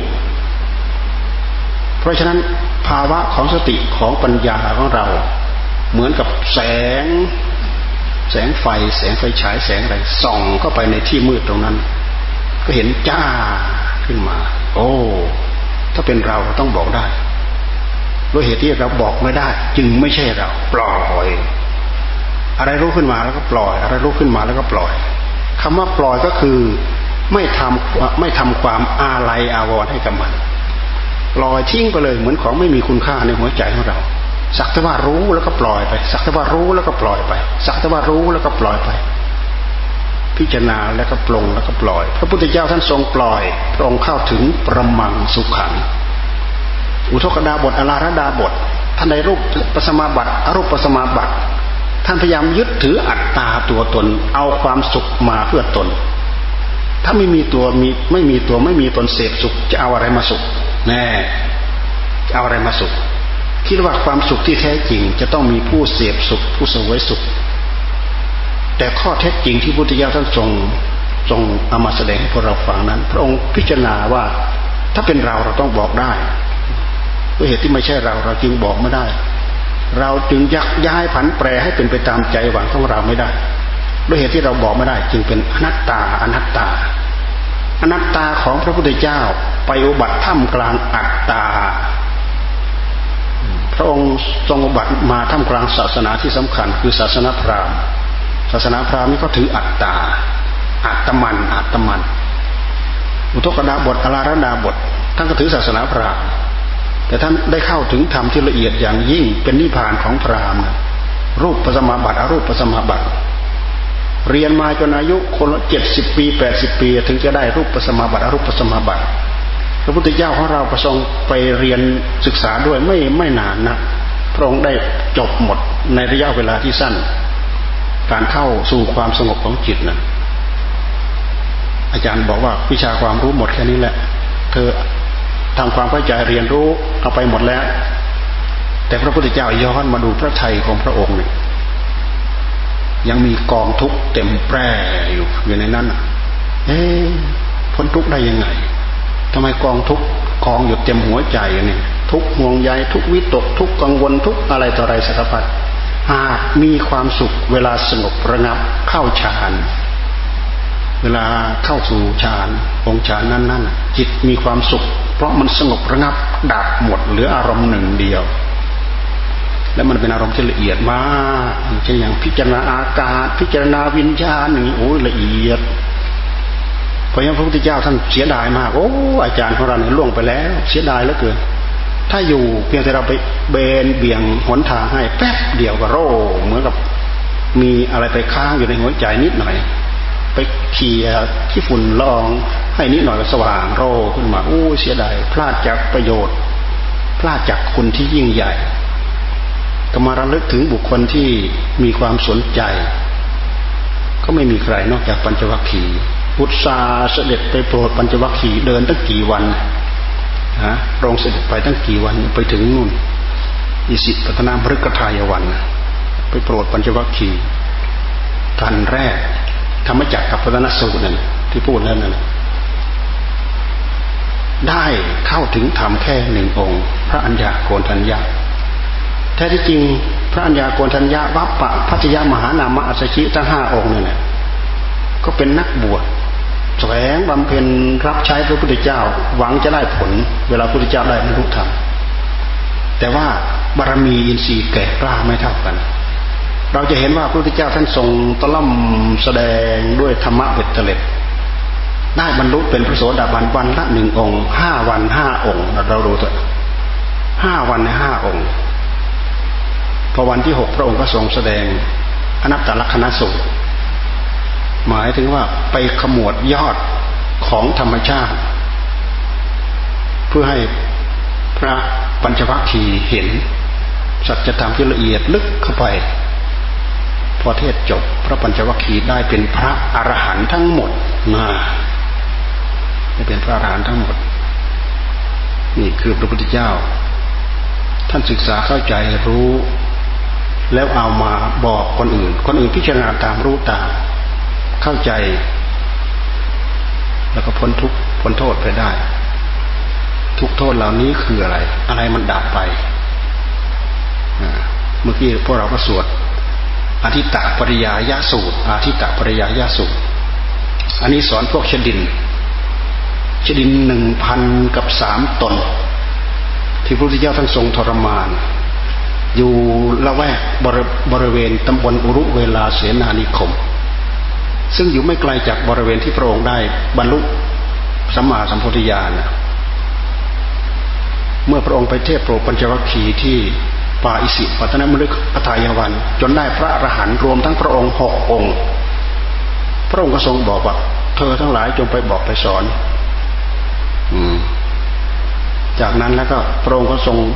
เพราะฉะนั้นภาวะของสติของปัญญาของเราเหมือนกับแสงแสงไฟแสงไฟฉายแสงอะไรส่องเข้าไปในที่มืดตรงนั้นก็เห็นจ้าขึ้นมาโอ้ถ้าเป็นเราเราต้องบอกได้ด้วยเหตุที่เราบอกไม่ได้จึงไม่ใช่เราปล่อยอะไรรู้ขึ้นมาแล้วก็ปล่อยอะไรรู้ขึ้นมาแล้วก็ปล่อยคำว่าปล่อยก็คือไม่ทำไม่ทำความอาลัยอาวรณ์ให้กับมันปล่อยทิ้งไปเลยเหมือนของไม่มีคุณค่าในหัวใจของเราสักแต่ว่ารู้แล้วก็ปล่อยไปสักแต่ว่ารู้แล้วก็ปล่อยไปสักแต่ว่ารู้แล้วก็ปล่อยไปพิจารณาแล้วก็ปลงแล้วก็ปล่อยพระพุทธเจ้าท่านทรงปล่อยพระองค์เข้าถึงประมังสุขังอุทกดาบทอลาระดาบทท่านในรูปปัสมาบัติอรูปปัสมาบัติท่านพยายามยึดถืออัตตาตัวตนเอาความสุขมาเพื่อตนถ้าไม่มีตัวมีไม่มีตัวไม่มีตนเสพสุขจะเอาอะไรมาสุขแน่จะเอาอะไรมาสุขคิดว่าความสุขที่แท้จริงจะต้องมีผู้เสพสุขผู้เสวยสุขแต่ข้อเท็จจริงที่พุทธเจ้าท่านทรงทรงเอามาแสดงให้พวกเราฟังนั้นพระองค์พิจารณาว่าถ้าเป็นเราเราต้องบอกได้ด้วยเหตุที่ไม่ใช่เราเราจึงบอกไม่ได้เราจึงยักย้ายผันแปรให้เป็นไปตามใจหวังของเราไม่ได้ด้วยเหตุที่เราบอกไม่ได้จึงเป็นอนัตตาอนัตตาอนัตตาของพระพุทธเจ้าไปอุบัติท่ามกลางอัตตาพระองค์ทรงอุบัติมาท่ามกลางศาสนาที่สำคัญคือศาสนาพราหมณ์ศาสนาพราหมณ์นี่ก็ถืออัตตาอัตมันอัตมันอุทกดาบทอลาระดาบทท่านก็ถือศาสนาพราหมณ์แต่ท่านได้เข้าถึงธรรมที่ละเอียดอย่างยิ่งเป็นนิพพานของพราหมณ์รูปปัสมาบัติอรูปปัสมาบัติเรียนมาจนอายุคนละเจ็ดสิบปีแปดสิบปีถึงจะได้รูปปัสมาบัติอรูปปัสมาบัติพระพุทธเจ้าของเราประสงค์ไปเรียนศึกษาด้วยไม่ไม่นานนะพระองค์ได้จบหมดในระยะเวลาที่สั้นการเข้าสู่ความสงบของจิตนะอาจารย์บอกว่าวิชาความรู้หมดแค่นี้แหละเธอทำความเข้าใจเรียนรู้เอาไปหมดแล้วแต่พระพุทธเจ้าย้อนมาดูพระทัยของพระองค์เนี่ยยังมีกองทุกข์เต็มแปร่อยู่อยู่ในนั้นเอ๊ะพ้นทุกข์ได้ยังไงทำไมกองทุกข์กองอยู่เต็มหัวใจเนี่ยทุกห่วงใยทุกวิตกทุกกังวลทุกอะไรต่ออะไรสารพัดหากมีความสุขเวลาสงบระงับเข้าฌานเวลาเข้าสู่ฌานองค์ฌานนั้นๆจิตมีความสุขเพราะมันสงบระงับดับหมดเหลืออารมณ์หนึ่งเดียวแล้วมันเป็นอารมณ์ที่ละเอียดมากเช่นอย่างพิจารณาอากาศพิจารณาวิญญาณนี่โอ้ยละเอียดเพราะฉะนั้นพระพุทธเจ้าท่านเสียดายมากโอ้อาจารย์ของเราเนี่ยล่วงไปแล้วเสียดายเหลือเกินถ้าอยู่เพียงแต่เราไปเบนเบี่ยงหนทางให้แป๊บเดียวก็โร่เหมือนกับมีอะไรไปค้างอยู่ในหัวใจนิดหน่อยไปเคลียร์ที่ฝุ่นละอองให้นิดหน่อยก็สว่างโร่ขึ้นมาโอ้เสียดายพลาดจากประโยชน์พลาดจากคุณที่ยิ่งใหญ่ก็มาระลึกถึงบุคคลที่มีความสนใจก็ไม่มีใครนอกจากปัญจวัคคีย์อุตสาห์เสด็จไปโปรดปัญจวัคคีย์เดินตั้งกี่วันฮะพระองค์เสด็จไปตั้งกี่วันไปถึงนู่นอิสิปตนมฤคทายวันไปโปรดปัญจวัคคีย์กันแรกธรรมจักรกับปวัตตนสูตรนั่นที่พูดแล้วนั่นได้เข้าถึงธรรมแค่หนึ่งองค์พระอัญญาโกณฑัญญะแท้ที่จริงพระอัญญาโกณฑัญญะวัปปะพัทยมหานามอัสสชิทั้งห้าองค์นี่แหละก็เป็นนักบวชแสวงบำเพ็ญรับใช้พระพุทธเจ้าหวังจะได้ผลเวลาพระพุทธเจ้าได้บรรลุธรรมแต่ว่าบารมีอินทรีย์แก่กล้าไม่เท่ากันเราจะเห็นว่าพระพุทธเจ้าท่านทรงตะล่อมแสดงด้วยธรรมะเบ็ดเตล็ดได้บรรลุเป็นพระโสดาบันวันละหนึ่งองค์ห้าวันห้าองค์เราดูเถอะห้าวันในห้าองค์พอวันที่หกพระองค์ก็ทรงแสดงอนัตตลักษณสูตรหมายถึงว่าไปขมวดยอดของธรรมชาติเพื่อให้พระปัญจวัคคีย์เห็นสัจธรรมที่ละเอียดลึกเข้าไปพอเทศจบพระปัญจวัคคีย์ได้เป็นพระอรหันต์ทั้งหมดนะได้เป็นพระอรหันต์ทั้งหมดนี่คือพระพุทธเจ้าท่านศึกษาเข้าใจรู้แล้วเอามาบอกคนอื่นคนอื่นพิจารณาตามรู้ตามเข้าใจแล้วก็พ้นทุกข์พ้นโทษไปได้ทุกโทษเหล่านี้คืออะไรอะไรมันดับไปเมื่อกี้พวกเราก็สวดอธิตตปริยายสูตรอธิตตปริยายสูตรอันนี้สอนพวกชดินชดินหนึ่งพันกับสามตนที่พระพุทธเจ้าท่านทรงทรมานอยู่ละแวกบริเวณตำบลอุรุเวลาเสนานิคมซึ่งอยู่ไม่ไกลจากบริเวณที่พระองค์ได้บรรลุสัมมาสัมโพธิญาณเมื่อพระองค์ไปเทศโปรดปัญจวัคคีย์ที่ป่าอิสิปตนมฤคทายวันจนได้พระอรหันต์รวมทั้งพระองค์หกองค์พระองค์ก็ทรงบอกว่าเธอทั้งหลายจงไปบอกไปสอนอืมจากนั้นแล้วก็พระองค์ก็ทรง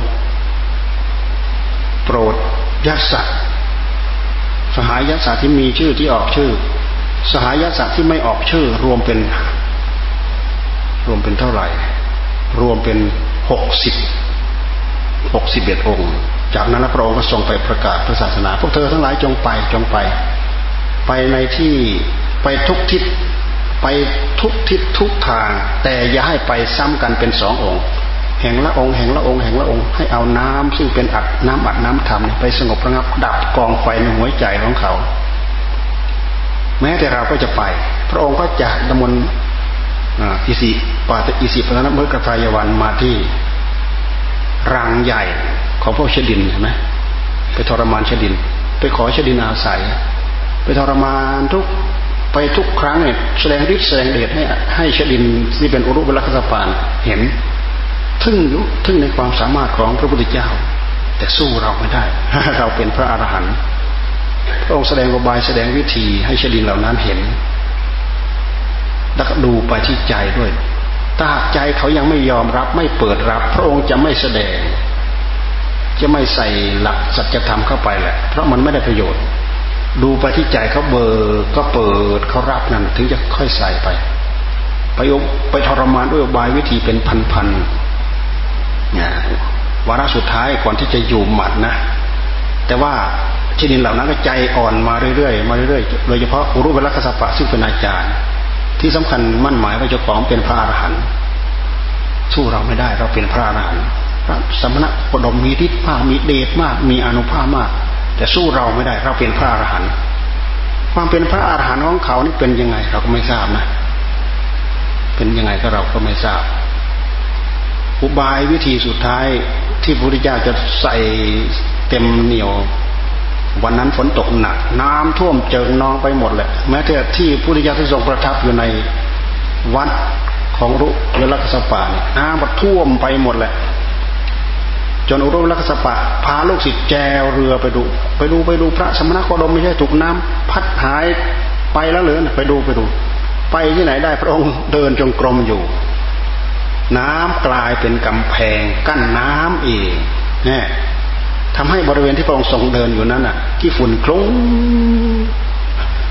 โปรดยัสสะสหายยัสสะที่มีชื่อที่ออกชื่อสหายยัสสะที่ไม่ออกชื่อรวมเป็นรวมเป็นเท่าไหร่รวมเป็นหกสิบหกสิบเอ็ดองค์จากนั้นพระองค์ก็ทรงไปประกาศพระศาสนาพวกเธอทั้งหลายจงไปจงไปไปในที่ไปทุกทิศไปทุกทิศทุกทางแต่อย่าให้ไปซ้ำกันเป็นสององค์แห่งละองค์แห่งละองค์แห่งละองค์ให้เอาน้ำซึ่งเป็นอัดน้ำอัดน้ำธรรมไปสงบระงับดับกองไฟในหัวใจของเขาแม้แต่เราก็จะไปพระองค์ก็จะดำเนินอิสิปาตอิสิปตนมฤคทายวันมาที่รังใหญ่ของพวกชดินใช่ไหมไปทรมานชดินไปขอชดินอาศัยไปทรมานทุกไปทุกครั้งเนี่ยแสดงฤทธิ์แสดงเดชให้ให้ชดินที่เป็นอุรุเวลคัสสปานเห็นทึ่งอยู่ทึ่งในความสามารถของพระพุทธเจ้าแต่สู้เราไม่ได้เราเป็นพระอรหันต์พระองค์แสดงอุบายแสดงวิธีให้ชดินเหล่านั้นเห็นแล้วก็ดูไปที่ใจด้วยถ้าใจเขายังไม่ยอมรับไม่เปิดรับพระองค์จะไม่แสดงจะไม่ใส่หลักสัจธรรมเข้าไปแหละเพราะมันไม่ได้ประโยชน์ดูไปที่ใจเขาเบิกก็เปิดเขารับนั่นถึงจะค่อยใส่ไปไปไปทรมานด้วยอุบายวิธีเป็นพันๆเนี่ยวาระสุดท้ายก่อนที่จะอยู่หมัดนะแต่ว่าชดินเหล่านั้นก็ใจอ่อนมาเรื่อยๆมาเรื่อยๆโดยเฉพาะอุรุเวลคัสสปะซึ่งเป็นอาจารย์ที่สำคัญมั่นหมายว่าเจ้าของเป็นพระอรหันต์สู้เราไม่ได้เราเป็นพระอรหันต์พระสมณะโคดมมีฤทธิ์มากมีเดชมากมีอานุภาพมากแต่สู้เราไม่ได้เราเป็นพระอรหันต์ความเป็นพระอรหันต์ของเขานี่เป็นยังไงเราก็ไม่ทราบนะเป็นยังไงก็เราก็ไม่ทราบอุบายวิธีสุดท้ายที่พระพุทธเจ้าจะใส่เต็มเหนียววันนั้นฝนตกหนักน้ำท่วมเจิ่งนองไปหมดแหละแม้แต่ที่พระพุทธเจ้าที่ทรงประทับอยู่ในวัดของอุรุเวลคัสสปะนี่น้ำมันท่วมไปหมดแหละจนอุรุเวลคัสสปะพาลูกศิษย์แจวเรือไปดูไปดูไปดูพระสมณโคดมไม่ใช่ถูกน้ำพัดหายไปแล้วเหรอไปดูไปดูไปที่ไหนได้พระองค์เดินจงกรมอยู่น้ำกลายเป็นกำแพงกั้นน้ำเองเนี่ยทำให้บริเวณที่พระองค์ทรงเดินอยู่นั้นน่ะที่ฝุ่นคลุ้ง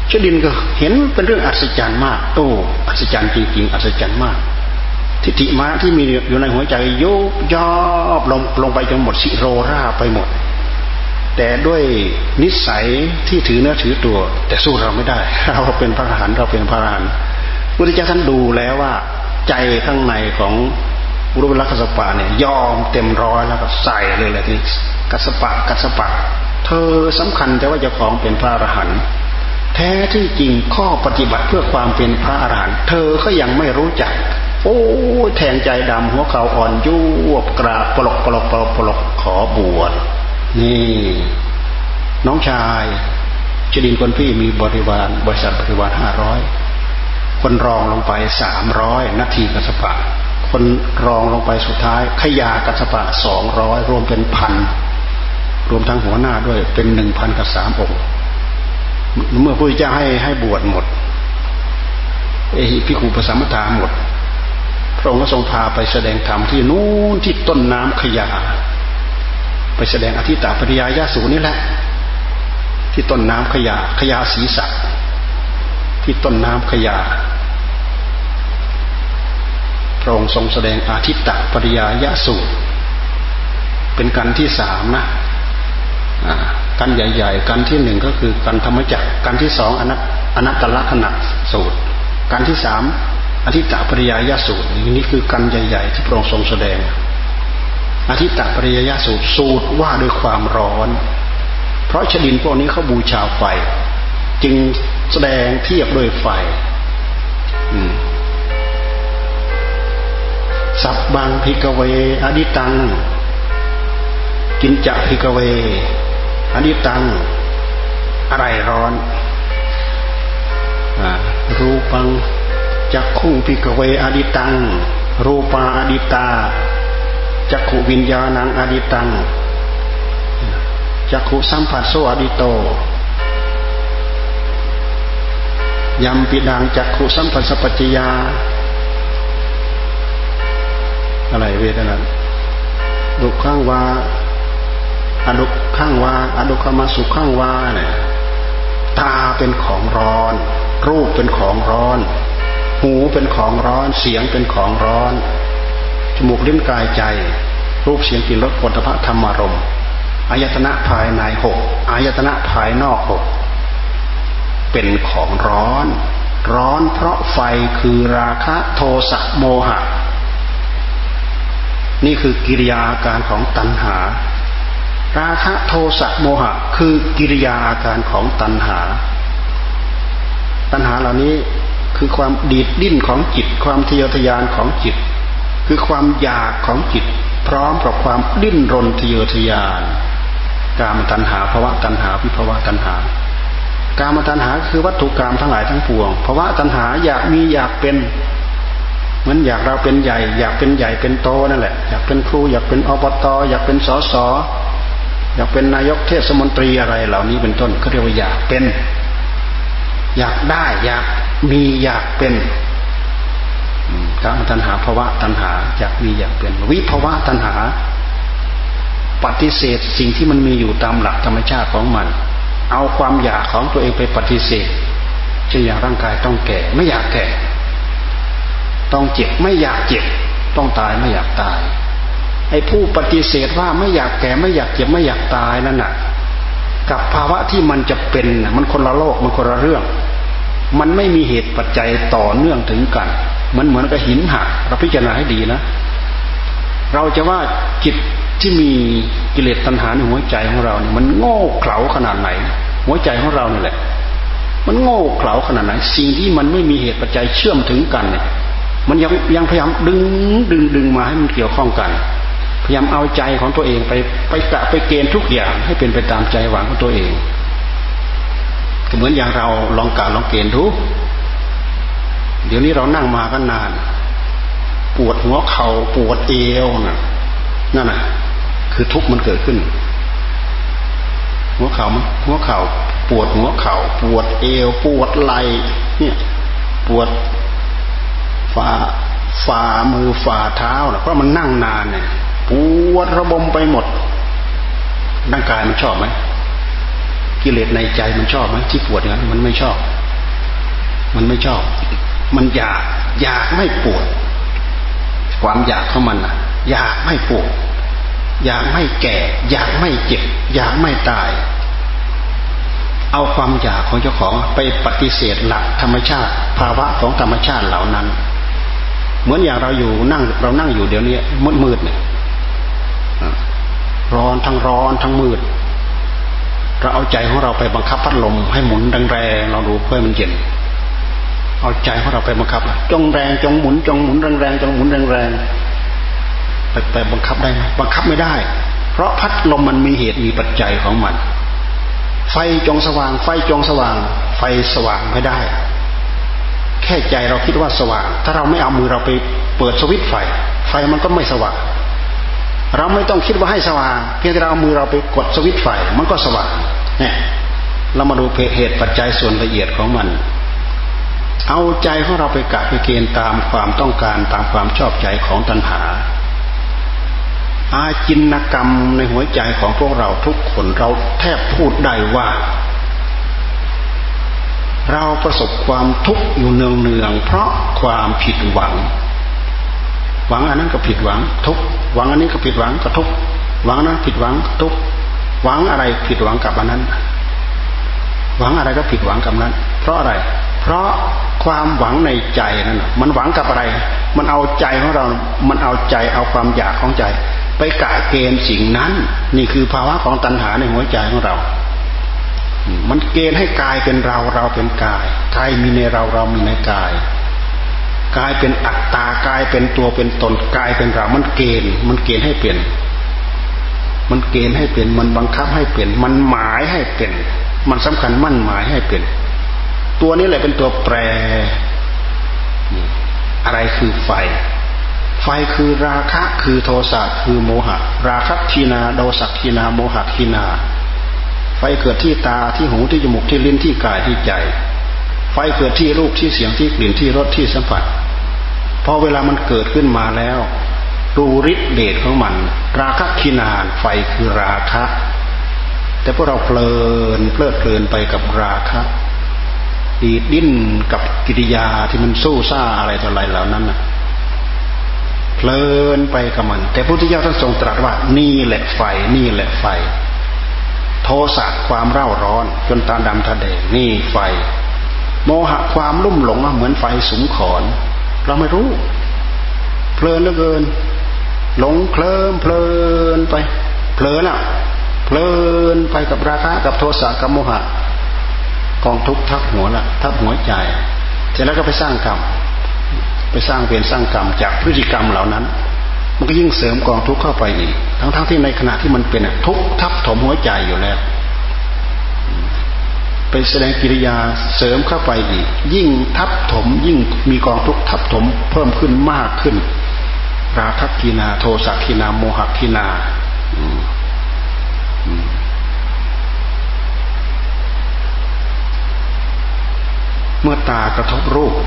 ชดินก็เห็นเป็นเรื่องอัศจรรย์มากโอ้อัศจรรย์จริงๆอัศจรรย์มากทิฏฐิมาที่มีอยู่ในหัวใจยุบย่อลงลงไปจนหมดสิโรราไปหมดแต่ด้วยนิสัยที่ถือเนื้อถือตัวแต่สู้เราไม่ได้เราเป็นพระอรหันต์เราเป็นพระอรหันต์พุทธเจ้าท่านดูแล้วว่าใจข้างในของบุรุษกัสสปะเนี่ยยอมเต็มร้อยแล้วก็ใส่เลยแหละทีนี้กัสสปะกัสสปะเธอสำคัญแต่ว่าเจ้าของเป็นพระอรหันต์แท้ที่จริงข้อปฏิบัติเพื่อความเป็นพระอรหันต์เธอก็ยังไม่รู้จักโอ้แทงใจดำหัวเข่าอ่อนยุบกราบปลกปลกปลกปลกขอบวชนี่น้องชายชดินคนพี่มีบริวารบริษัทบริวารห้าร้อยคนรองลงไปสามร้อยนาทีกัสสปะคนรองลงไปสุดท้ายขยากัสสปะสองร้อยรวมเป็นพันรวมทั้งหัวหน้าด้วยเป็นหนึ่งพันกับสามองค์เมื่อพระพุทธเจ้าให้ให้บวชหมดเอหิภิกขุปสัมมทาหมดพระองค์ก็ทรงพาไปแสดงธรรมที่นู้นที่ต้นน้ำขยาไปแสดงอธิตาปริยายสูนี่แหละที่ต้นน้ำขยาขยาศีสักที่ต้นน้ำขยาพระองค์ทรงแสดงอธิตาปริยายสูตรเป็นกันที่สามนะกันใหญ่ๆกันที่หนึ่งก็คือกันธรรมจักรกันที่สองอนัตอนัตตลักษณะสูตรกันที่สามอธิตาปริยายสูตรนี่คือกันใหญ่ๆที่พระองค์ทรงแสดงอธิตาปริยายสูตรสูตรว่าด้วยความร้อนเพราะชดินพวกนี้เขาบูชาไฟจึงแสดงเทียบด้วยไฟสัพบังภิกเวอดิตังกินจะภิกเวอดิตังอะไรร้อนรูปังจักขุภิกเวอดิตังรูปาอดิตาจักขุวิญญาณังอดิตังจักขุสัมผัสโสอดิโตยัมปิดังจักขุสัมผัสปัจจยาอะไรเวทนั้นดุขังวาอดุขังวาอดุขมาสุขังวาเนี่ยตาเป็นของร้อนรูปเป็นของร้อนหูเป็นของร้อนเสียงเป็นของร้อนจมูกลิ้นกายใจรูปเสียงกลิ่นรสโผฏฐัพพะธรรมารมณ์อายตนะภายในหกอายตนะภายนอกหกเป็นของร้อนร้อนเพราะไฟคือราคะโทสะโมหะนี่คือกิริยาอาการของตัณหาราคะโทสะโมหะคือกิริยาอาการของตัณหาตัณหาเหล่านี้คือความดีดดิ้นของจิตความทะเยอทะยานของจิตคือความอยากของจิตพร้อมกับความดิ้นรนทะเยอทะยานกามตัณหาภวตัณหาวิภวตัณหากามตัณหาคือวัตถุกรรมทั้งหลายทั้งปวงภวตัณหาอยากมีอยากเป็นเหมือนอยากเราเป็นใหญ่อยากเป็นใหญ่เป็นโตนั่นแหละอยากเป็นครูอยากเป็นอบตอยากเป็นสสอยากเป็นนายกเทศมนตรีอะไรเหล่านี้เป็นต้นเขาเรียกว่าอยากเป็นอยากได้อยากมีอยากเป็นกามตัณหาภวตัณหาอยากมีอยากเป็นวิภวตัณหาปฏิเสธสิ่งที่มันมีอยู่ตามหลักธรรมชาติของมันเอาความอยากของตัวเองไปปฏิเสธเช่นอย่างร่างกายต้องแก่ไม่อยากแก่ต้องเจ็บไม่อยากเจ็บต้องตายไม่อยากตายไอ้ผู้ปฏิเสธว่าไม่อยากแก่ไม่อยากเจ็บไม่อยากตายนั่นน่ะกับภาวะที่มันจะเป็นมันคนละโลกมันคนละเรื่องมันไม่มีเหตุปัจจัยต่อเนื่องถึงกันมันเหมือนกับหินหักเราพิจารณาให้ดีนะเราจะว่าจิตที่มีกิเลสตัณหาในหัวใจของเราเนี่ยมันโง่เขลาขนาดไหนหัวใจของเรานี่แหละมันโง่เขลาขนาดไหนสิ่งที่มันไม่มีเหตุปัจจัยเชื่อมถึงกันเนี่ยมันยังยังพยายามดึงดึงดึงมาให้มันเกี่ยวข้องกันพยายามเอาใจของตัวเองไปไปกะไปเกณฑ์ทุกอย่างให้เป็นไปตามใจหวังของตัวเองก็เหมือนอย่างเราลองกะลองเกณฑ์ดูเดี๋ยวนี้เรานั่งมาก็นานปวดหัวเข่าปวดเอวน่ะนั่นน่ะคือทุกข์มันเกิดขึ้นหัวเข่าหัวเข่าปวดหัวเข่าปวดเอวปวดไหล่เนี่ยปวดฝ่าฝ่ามือฝ่าเท้าน่ะเพราะมันนั่งนานเนี่ยปวดระบมไปหมดร่างกายมันชอบไหมกิเลสในใจมันชอบไหมที่ปวดอย่างนั้นมันไม่ชอบมันไม่ชอบมันอยากอยากไม่ปวดความอยากของมันน่ะอยากไม่ปวดอยากไม่แก่อยากไม่เจ็บอยากไม่ตายเอาความอยากของเจ้าของไปปฏิเสธหลักธรรมชาติภาวะของธรรมชาติเหล่านั้นเหมือนอย่างเราอยู่นั่งเรานั่งอยู่เดี๋ยวนี้มืดมืดเนี่ยร้อนทั้งร้อนทั้งมืดเราเอาใจของเราไปบังคับพัดลมให้หมุนแรงๆเราดูเพื่อมันเย็นเอาใจของเราไปบังคับจงแรงจงหมุนจงหมุนแรงๆจงหมุนแรงๆไปไปบังคับได้ไหมบังคับไม่ได้เพราะพัดลมมันมีเหตุมีปัจจัยของมันไฟจงสว่างไฟจงสว่างไฟสว่างไม่ได้แค่ใจเราคิดว่าสว่างถ้าเราไม่เอามือเราไปเปิดสวิตช์ไฟไฟมันก็ไม่สว่างเราไม่ต้องคิดว่าให้สว่างเพียงแต่เราเอามือเราไปกดสวิตช์ไฟมันก็สว่างเนี่ยเรามาดูเหตุปัจจัยส่วนละเอียดของมันเอาใจของเราไปกะไปเกณฑ์ตามความต้องการตามความชอบใจของตัณหาอาจินกรรมในหัวใจของพวกเราทุกคนเราแทบพูดได้ว่าเราประสบความทุกข์อยู่เนืองๆเพราะความผิดหวังหวังอันนั้นก็ผิดหวังทุกข์หวังอันนี้ก็ผิดหวังก็ทุกข์หวังนั้นผิดหวังทุกข์หวังอะไรผิดหวังกับอันนั้นหวังอะไรก็ผิดหวังกับนั้นเพราะอะไรเพราะความหวังในใจนั่นมันหวังกับอะไรมันเอาใจของเรามันเอาใจเอาความอยากของใจไปกะเกณฑ์สิ่งนั้นนี่คือภาวะของตัณหาในหัวใจของเรามันเกณฑ์ให้กายเป็นเราเราเป็นกายกายมีในเราเรามีในกายกายเป็นอัตตากายเป็นตัวเป็นตนกายเป็นเรามันเกณฑ์มันเกณฑ์ให้เปลี่ยนมันเกณฑ์ให้เปลี่ยนมันบังคับให้เปลี่ยนมันหมายให้เปลี่ยนมันสำคัญมั่นหมายให้เปลี่ยนตัวนี้แหละเป็นตัวแปรอะไรคือไฟไฟคือราคะคือโทสะคือโมหะราคะขีนาโทสะขีนาโมหะขีนาไฟเกิดที่ตาที่หูที่จมูกที่ลิ้นที่กายที่ใจไฟเกิดที่รูปที่เสียงที่กลิ่นที่รสที่สัมผัสพอเวลามันเกิดขึ้นมาแล้วดูฤทธิ์เดชของมันราคะขีนาไฟคือราคะแต่พวกเราเพลินเพลิดเพลินไปกับราคะดีดดิ้นกับกิริยาที่มันสู้ซ่าอะไรต่ออะไรเหล่านั้นน่ะเพลินไปกับมันแต่พระพุทธเจ้าท่านทรงตรัสว่านี่แหละไฟนี่แหละไฟโทสะความเร่าร้อนจนตาดำตาแดงนี่ไฟโมหะความลุ่มหลงเหมือนไฟสุมขอนเราไม่รู้เพลินเหลือเกินหลงเคลิ้มเพลินไปเพลินอ่ะเพลินไปกับราคะกับโทสะกับโมหะกองทุกข์ทับหัวละทับหัวใจเสร็จแล้วก็ไปสร้างกรรมไปสร้างเวรสร้างกรรมจากพฤติกรรมเหล่านั้นมันก็ยิ่งเสริมกองทุกข์เข้าไปอีกทั้งๆ ท, ที่ในขณะที่มันเป็นทุกข์ทับถมหัวใจอยู่แล้วไปแสดงกิริยาเสริมเข้าไปอีกยิ่งทับถมยิ่งมีกองทุกข์ทับถมเพิ่มขึ้นมากขึ้นราคะขีนาโทสะขีนาโมหะขีนาเมื่อตากระทบรูป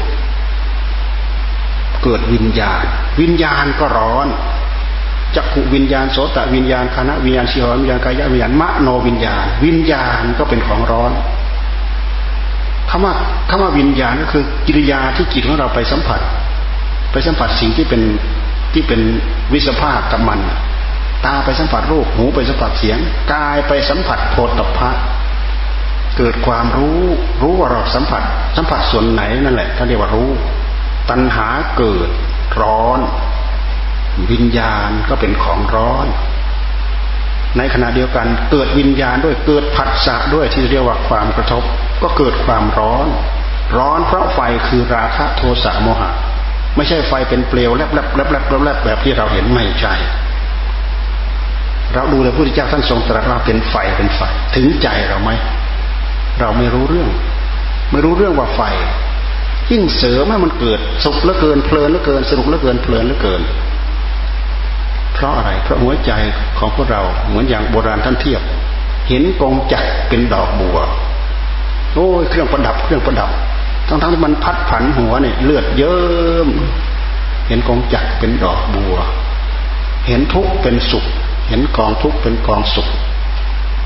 เกิดวิญญาณวิญญาณก็ร้อนจักขุวิญญาณโสตวิญญาณคานวิญญาณชิววิญญาณกายวิญญาณมโนวิญญาณวิญญาณก็เป็นของร้อนคำว่าคำว่าวิญญาณก็คือกิริยาที่จิตของเราไปสัมผัสไปสัมผัสสิ่งที่เป็นที่เป็นวิสภาคกับมันตาไปสัมผัสรูปหูไปสัมผัสเสียงกายไปสัมผัสโผฏฐัพพะเกิดความรู้รู้ว่าเราสัมผัสสัมผัสส่วนไหนนั่นแหละเขาเรียกว่ารู้ตัณหาเกิดร้อนวิญญาณก็เป็นของร้อนในขณะเดียวกันเกิดวิญญาณด้วยเกิดผัสสะด้วยที่เรียกว่าความกระทบก็เกิดความร้อนร้อนเพราะไฟคือราคะโทสะโมหะไม่ใช่ไฟเป็นเปลวแลบๆแลบๆแลบๆแบบที่เราเห็นไม่ใช่เราดูเลยพระพุทธเจ้าท่านทรงตรัสว่าเป็นไฟเป็นไฟถึงใจเราไหมเราไม่รู้เรื่องไม่รู้เรื่องว่าไฟยิ่งเสริมให้มันเกิดสุขเหลือเกินเพลินเหลือเกินสนุกเหลือเกินเพลินเหลือเกินเพราะอะไรเพราะหัวใจของพวกเราเหมือนอย่างโบราณท่านเทียบเห็นกงจักรเป็นดอกบัวโอ้ยเครื่องประดับเครื่องประดับทั้งทั้งที่มันพัดผันหัวเนี่ยเลือดเยิ้มเห็นกงจักรเป็นดอกบัวเห็นทุกข์เป็นสุขเห็นกองทุกข์เป็นกองสุข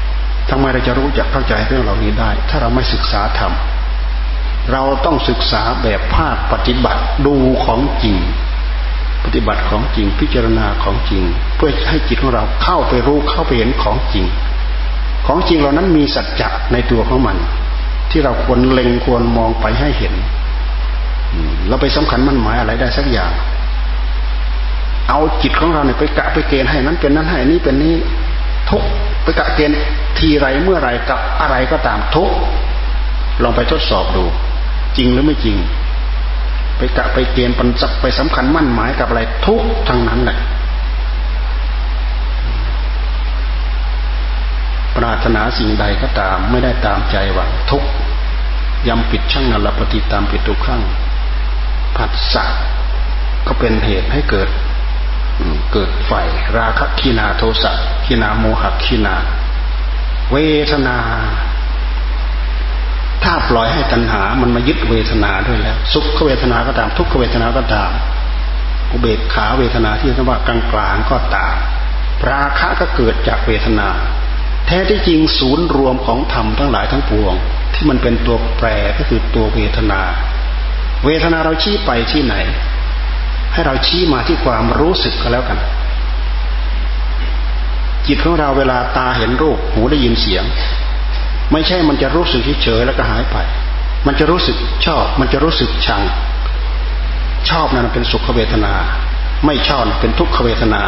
ทำไมเราจะรู้จักเข้าใจเรื่องเหล่านี้ได้ถ้าเราไม่ศึกษาธรรมเราต้องศึกษาแบบภาคปฏิบัติดูของจริงปฏิบัติของจริงพิจารณาของจริงเพื่อให้จิตของเราเข้าไปรู้เข้าไปเห็นของจริงของจริงเหล่านั้นมีสัจจะในตัวของมันที่เราควรเล็งควรมองไปให้เห็นเราไปสำคัญมั่นหมายอะไรได้สักอย่างเอาจิตของเราเนี่ยไปกะไปเกณฑ์ให้นั้นเป็นนั้นให้นี้เป็นนี้ทุกไปกะเกณฑ์ทีไรเมื่อไรกับอะไรก็ตามทุกลองไปทดสอบดูจริงหรือไม่จริงไปกะไปเกณฑ์ไปสำคัญมั่นหมายกับอะไรทุกทั้งนั้นแหละปรารถนาสิ่งใดก็ตามไม่ได้ตามใจหวังทุกยำปิดช่างนรปฏิตามปิดทุกขังผัสสะก็เป็นเหตุให้เกิดเกิดไฟราคะขีนาโทสะขีนาโมหะขีนาเวทนาถ้าปล่อยให้ตัณหามันมายึดเวทนาด้วยแล้วสุขเวทนาก็ตามทุกขเวทนาก็ตามอุเบกขาเวทนาที่เรียกว่ากลางกลางก็ตามราคะก็เกิดจากเวทนาแท้ที่จริงศูนย์รวมของธรรมทั้งหลายทั้งปวงที่มันเป็นตัวแปรก็คือตัวเวทนาเวทนาเราชี้ไปที่ไหนให้เราชี้มาที่ความรู้สึกก็แล้วกันจิตของเราเวลาตาเห็นรูปหูได้ยินเสียงไม่ใช่มันจะรู้สึกเฉยๆแล้วก็หายไปมันจะรู้สึกชอบมันจะรู้สึกชังชอบนั้นเป็นสุขเวทนาไม่ชอบเป็นทุกขเวทนา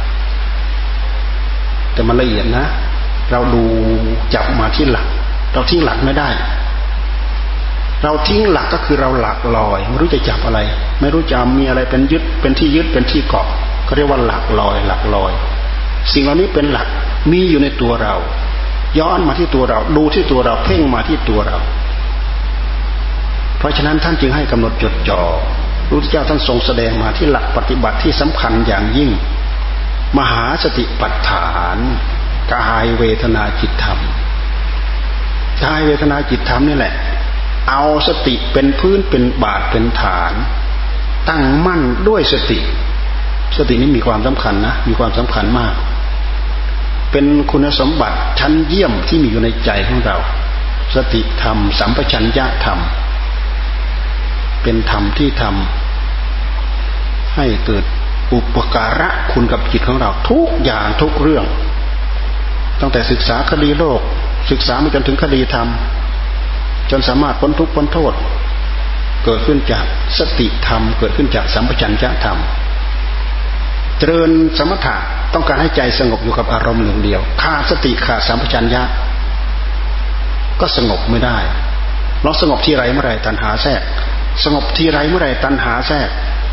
แต่มันละเอียดนะเราดูจับมาที่หลักเราทิ้งหลักไม่ได้เราทิ้งหลักก็คือเราหลักลอยไม่รู้จะจับอะไรไม่รู้จะมีอะไรเป็นยึดเป็นที่ยึดเป็นที่เกาะก็เรียกว่าหลักลอยหลักลอยสิ่งเหล่านี้เป็นหลักมีอยู่ในตัวเราย้อนมาที่ตัวเราดูที่ตัวเราเพ่งมาที่ตัวเราเพราะฉะนั้นท่านจึงให้กำหนดจดจ่อพระพุทธเจ้าท่านทรงแสดงมาที่หลักปฏิบัติที่สำคัญอย่างยิ่งมหาสติปัฏฐานกายเวทนาจิตธรรมกายเวทนาจิตธรรมนี่แหละเอาสติเป็นพื้นเป็นบาทเป็นฐานตั้งมั่นด้วยสติสตินี้มีความสำคัญนะมีความสำคัญมากเป็นคุณสมบัติชั้นเยี่ยมที่มีอยู่ในใจของเราสติธรรมสัมปชัญญะธรรมเป็นธรรมที่ทำให้เกิดอุปการะคุณกับจิตของเราทุกอย่างทุกเรื่องตั้งแต่ศึกษาคดีโลกศึกษามาจนถึงคดีธรรมจนสามารถพ้นทุกข์พ้นโทษเกิดขึ้นจากสติธรรมเกิดขึ้นจากสัมปชัญญะธรรมเจริญสมถะต้องการให้ใจสงบอยู่กับอารมณ์หนึ่งเดียวขาดสติขาดสัมปชัญญะก็สงบไม่ได้ลองสงบทีไรเมื่อไรตัณหาแทรกสงบทีไรเมื่อไรตัณหาแทรก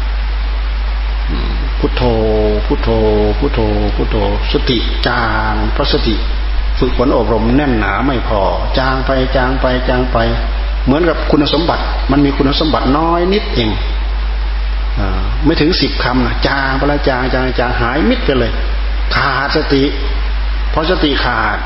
พุทโธพุทโธพุทโธพุทโธสติจางเพราะสติฝึกฝนอบรมแน่นหนาไม่พอจางไปจางไปจางไปเหมือนกับคุณสมบัติมันมีคุณสมบัติน้อยนิดเองไม่ถึงสิบคำนะจางไปแล้วจางจางจางหายมิดไปเลยขาดสติเพราะสติขาด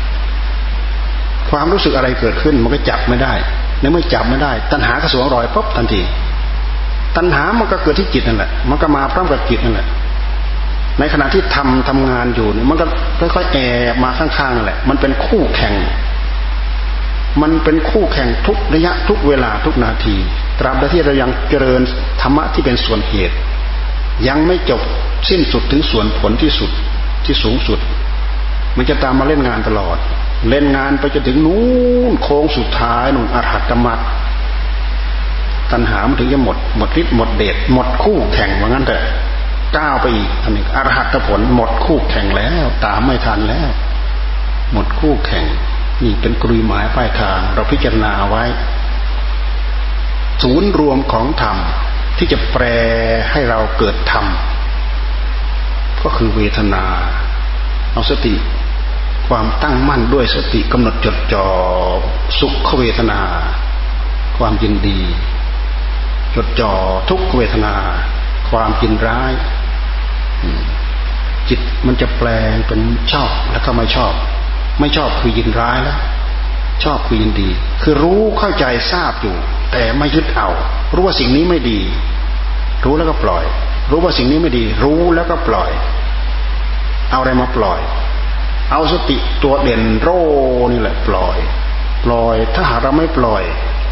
ความรู้สึกอะไรเกิดขึ้นมันก็จับไม่ได้ในเมื่อจับไม่ได้ตัณหาก็สวมรอยปุ๊บทันทีตัณหามันก็เกิดที่จิตนั่นแหละมันก็มาพร้อมกับจิตนั่นแหละในขณะที่ทำทำงานอยู่เนี่ยมันก็ค่อยๆแอบมาข้างๆนั่นแหละมันเป็นคู่แข่งมันเป็นคู่แข่งทุกระยะทุกเวลาทุกนาทีตราบใดที่เรายังเจริญธรรมะที่เป็นส่วนเหตุยังไม่จบสิ้นสุดถึงส่วนผลที่สุดที่สูงสุดมันจะตามมาเล่นงานตลอดเล่นงานไปจนถึงนู้นโค้งสุดท้ายนู่นอรหัตมรรคตัณหามันถึงจะหมดหมดฤทธิ์หมดเดชหมดคู่แข่งว่างั้นเถอะก้าวไปอีกอันหนึ่งอรหัตผลหมดคู่แข่งแล้วตามไม่ทันแล้วหมดคู่แข่งนี่เป็นกรุยหมายป้ายทางเราพิจารณาเอาไว้ศูนย์รวมของธรรมที่จะแปลให้เราเกิดธรรมก็คือเวทนาเอาสติความตั้งมั่นด้วยสติกำหนดจดจ่อสุขเวทนาความยินดีจดจ่อทุกขเวทนาความยินร้ายจิตมันจะแปลงเป็นชอบแล้วก็ไม่ชอบไม่ชอบคือยินร้ายแล้วชอบคือยินดีคือรู้เข้าใจทราบอยู่แต่ไม่ยึดเอารู้ว่าสิ่งนี้ไม่ดีรู้แล้วก็ปล่อยรู้ว่าสิ่งนี้ไม่ดีรู้แล้วก็ปล่อยเอาอะไรมาปล่อยเอาสติตัวเด่นโร่นี่แหละปล่อยปล่อยถ้าหากเราไม่ปล่อย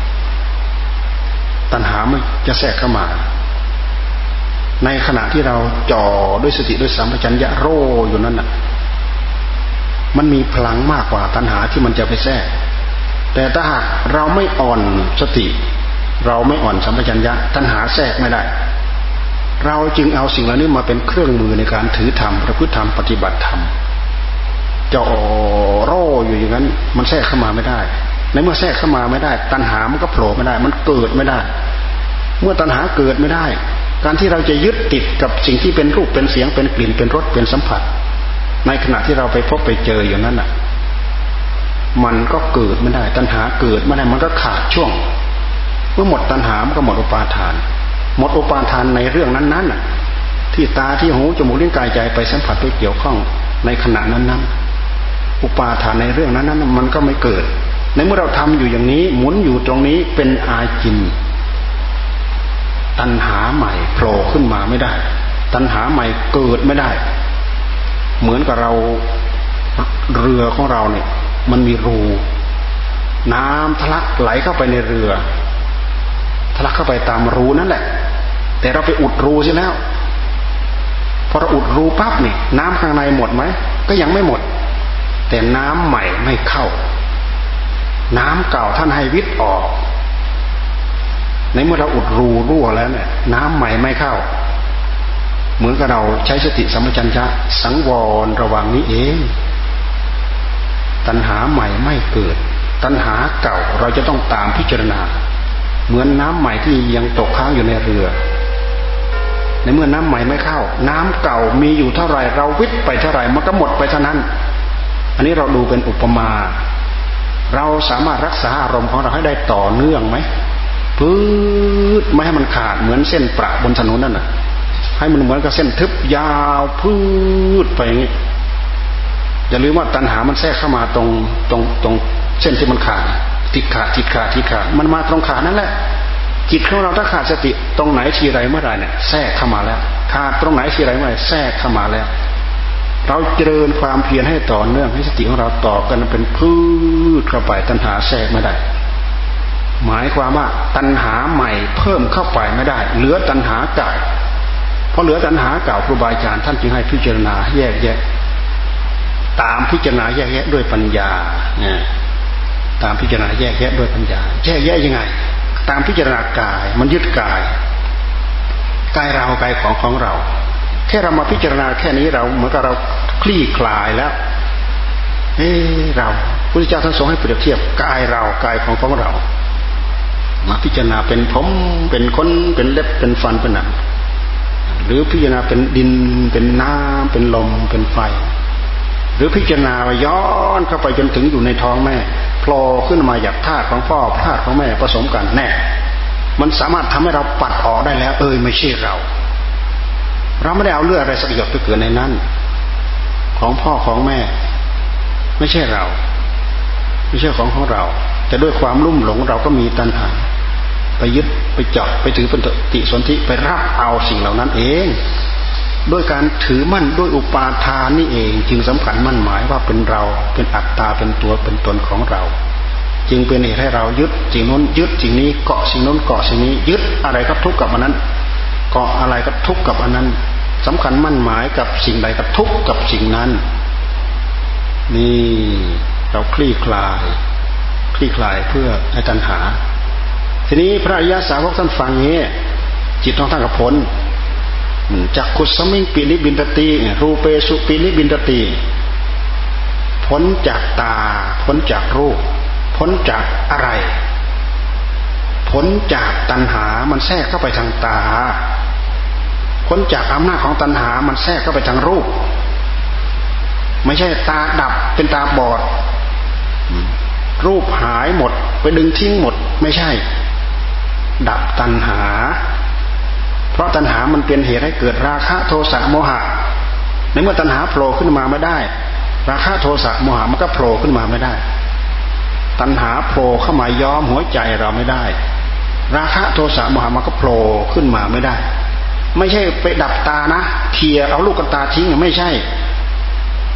ตัณหามันจะแทรกเข้ามาในขณะที่เราจ่อด้วยสติด้วยสัมปชัญญะโร่อยู่นั่นน่ะมันมีพลังมากกว่าตัณหาที่มันจะไปแทรกแต่ถ้าหากเราไม่อ่อนสติเราไม่อ่อนสัมปชัญญะตัณหาแทรกไม่ได้เราจึงเอาสิ่งเหล่านี้มาเป็นเครื่องมือในการถือธรรมประพฤติธรรมปฏิบัติธรรมจ่อโร่อยู่อย่างนั้นมันแทรกเข้ามาไม่ได้ในเมื่อแทรกเข้ามาไม่ได้ตัณหามันก็โผล่ไม่ได้มันเกิดไม่ได้เมื่อตัณหาเกิดไม่ได้การที่เราจะยึดติดกับสิ่งที่เป็นรูปเป็นเสียงเป็นกลิ่นเป็นรสเป็นสัมผัสในขณะที่เราไปพบไปเจออย่างนั้นน่ะมันก็เกิดไม่ได้ตัณหาเกิดไม่ได้มันก็ขาดช่วงเมื่อหมดตัณหามันก็หมดอุปาทานหมดอุปาทานในเรื่องนั้นๆน่ะที่ตาที่หูจมูกลิ้นกายใจไปสัมผัสไปเกี่ยวข้องในขณะนั้นๆอุปาทานในเรื่องนั้นๆมันก็ไม่เกิดในเมื่อเราทำอยู่อย่างนี้หมุนอยู่ตรงนี้เป็นอาจินตัณหาใหม่โผล่ขึ้นมาไม่ได้ตัณหาใหม่เกิดไม่ได้เหมือนกับเราเรือของเราเนี่ยมันมีรูน้ำทะลักไหลเข้าไปในเรือทะลักเข้าไปตามรูนั่นแหละแต่เราไปอุดรูใช่แล้วพอเราอุดรูปั๊บนี่น้ำข้างในหมดไหมก็ยังไม่หมดแต่น้ำใหม่ไม่เข้าน้ำเก่าท่านให้วิทย์ออกในเมื่อเราอุดรูรั่วแล้วเนี่ยน้ำใหม่ไม่เข้าเหมือนกับเราใช้สติสัมปชัญญะสังวรระวังนี้เองตัณหาใหม่ไม่เกิดตัณหาเก่าเราจะต้องตามพิจารณาเหมือนน้ำใหม่ที่ยังตกค้างอยู่ในเรือในเมื่อน้ำใหม่ไม่เข้าน้ำเก่ามีอยู่เท่าไหร่เราวิทย์ไปเท่าไหร่มันก็หมดไปเท่านั้นอันนี้เราดูเป็นอุปมาเราสามารถรักษาอารมณ์ของเราให้ได้ต่อเนื่องไหมปื๊ดไม่ให้มันขาดเหมือนเส้นประบนถนนนั่นน่ะให้มันเหมือนกับเส้นทึบยาวปื๊ดไปอย่างนี้อย่าลืมว่าตัณหามันแทรกเข้ามาตรงตรงตรงเส้นที่มันขาดติดขาดติดขาดติดขาดมันมาตรงขานั่นแหละจิตของเราถ้าขาดสติตรงไหนทีไรเมื่อไรเนี่ยแทรกเข้ามาแล้วขาดตรงไหนทีไรเมื่อไรแทรกเข้ามาแล้วเราเจริญความเพียรให้ต่อเนื่องให้สติของเราต่อกันเป็นพืชเข้าไปตัณหาแทรกไม่ได้หมายความว่าตัณหาใหม่เพิ่มเข้าไปไม่ได้เหลือตัณหาเก่าเพราะเหลือตัณหาเก่าครูบาอาจารย์ท่านจึงให้พิจารณาแยกแยะตามพิจารณาแยกแยะด้วยปัญญาเนี่ยตามพิจารณาแยกแยะด้วยปัญญาแยกแยะยังไงตามพิจารณากายมันยึดกายกายเรากายของของเราแค่เรามาพิจารณาแค่นี้เราเหมือนกับเราคลี่คลายแล้วเฮ้เราพระพุทธเจ้าท่านทรงให้เปรียบเทียบกายเรากายของของเรามาพิจารณาเป็นผมเป็นขนเป็นเล็บเป็นฟันเป็นหนังหรือพิจารณาเป็นดินเป็นน้ำเป็นลมเป็นไฟหรือพิจารณาย้อนเข้าไปจนถึงอยู่ในท้องแม่โผล่ขึ้นมาจากธาตุของพ่อธาตุของแม่ผสมกันแน่มันสามารถทำให้เราปัดออกได้แล้วเอ้ยไม่ใช่เราเราไม่ได้เอาเลือดอะไรสักหยดไปเกิดในนั้นของพ่อของแม่ไม่ใช่เราไม่ใช่ของของเราแต่ด้วยความลุ่มหลงเราก็มีตัณหาไปยึดไปเจาะไปถือเป็นติสนธิไปรับเอาสิ่งเหล่านั้นเองด้วยการถือมั่นด้วยอุปาทานนี่เองจึงสำคัญมั่นหมายว่าเป็นเราเป็นอัตตาเป็นตัวเป็นตนของเราจึงเป็นเหตุให้เรายึดสิ่งโน้นยึดสิ่งนี้เกาะสิ่งโน้นเกาะสิ่งนี้ยึดอะไรก็ทุกข์กับอันนั้นเกาะอะไรก็ทุกข์กับอันนั้นสำคัญมั่นหมายกับสิ่งใดก็ทุกข์กับสิ่งนั้นนี่เราคลี่คลายคลี่คลายเพื่อให้ตัณหาทีนี้พระอริยสาวกท่านฟังอย่างนี้จิตของท่านก็พ้นจากขุสมิงปินิบินตติรูเปสุปินิบินตติพ้นจากตาพ้นจากรูปพ้นจากอะไรพ้นจากตัณหามันแทรกเข้าไปทางตาพ้นจากอำนาจของตัณหามันแทรกเข้าไปทางรูปไม่ใช่ตาดับเป็นตาบอดรูปหายหมดไปดึงทิ้งหมดไม่ใช่ดับตัณหาเพราะตัณหามันเป็นเหตุให้เกิดราคะโทสะโมหะในเมื่อตัณหาโผล่ขึ้นมาไม่ได้ราคะโทสะโมหะมันก็โผล่ขึ้นมาไม่ได้ตัณหาโผล่เข้ามาย้อมหัวใจเราไม่ได้ราคะโทสะโมหะมันก็โผล่ขึ้นมาไม่ได้ไม่ใช่ไปดับตานะเคลียร์เอาลูกตาทิ้งไม่ใช่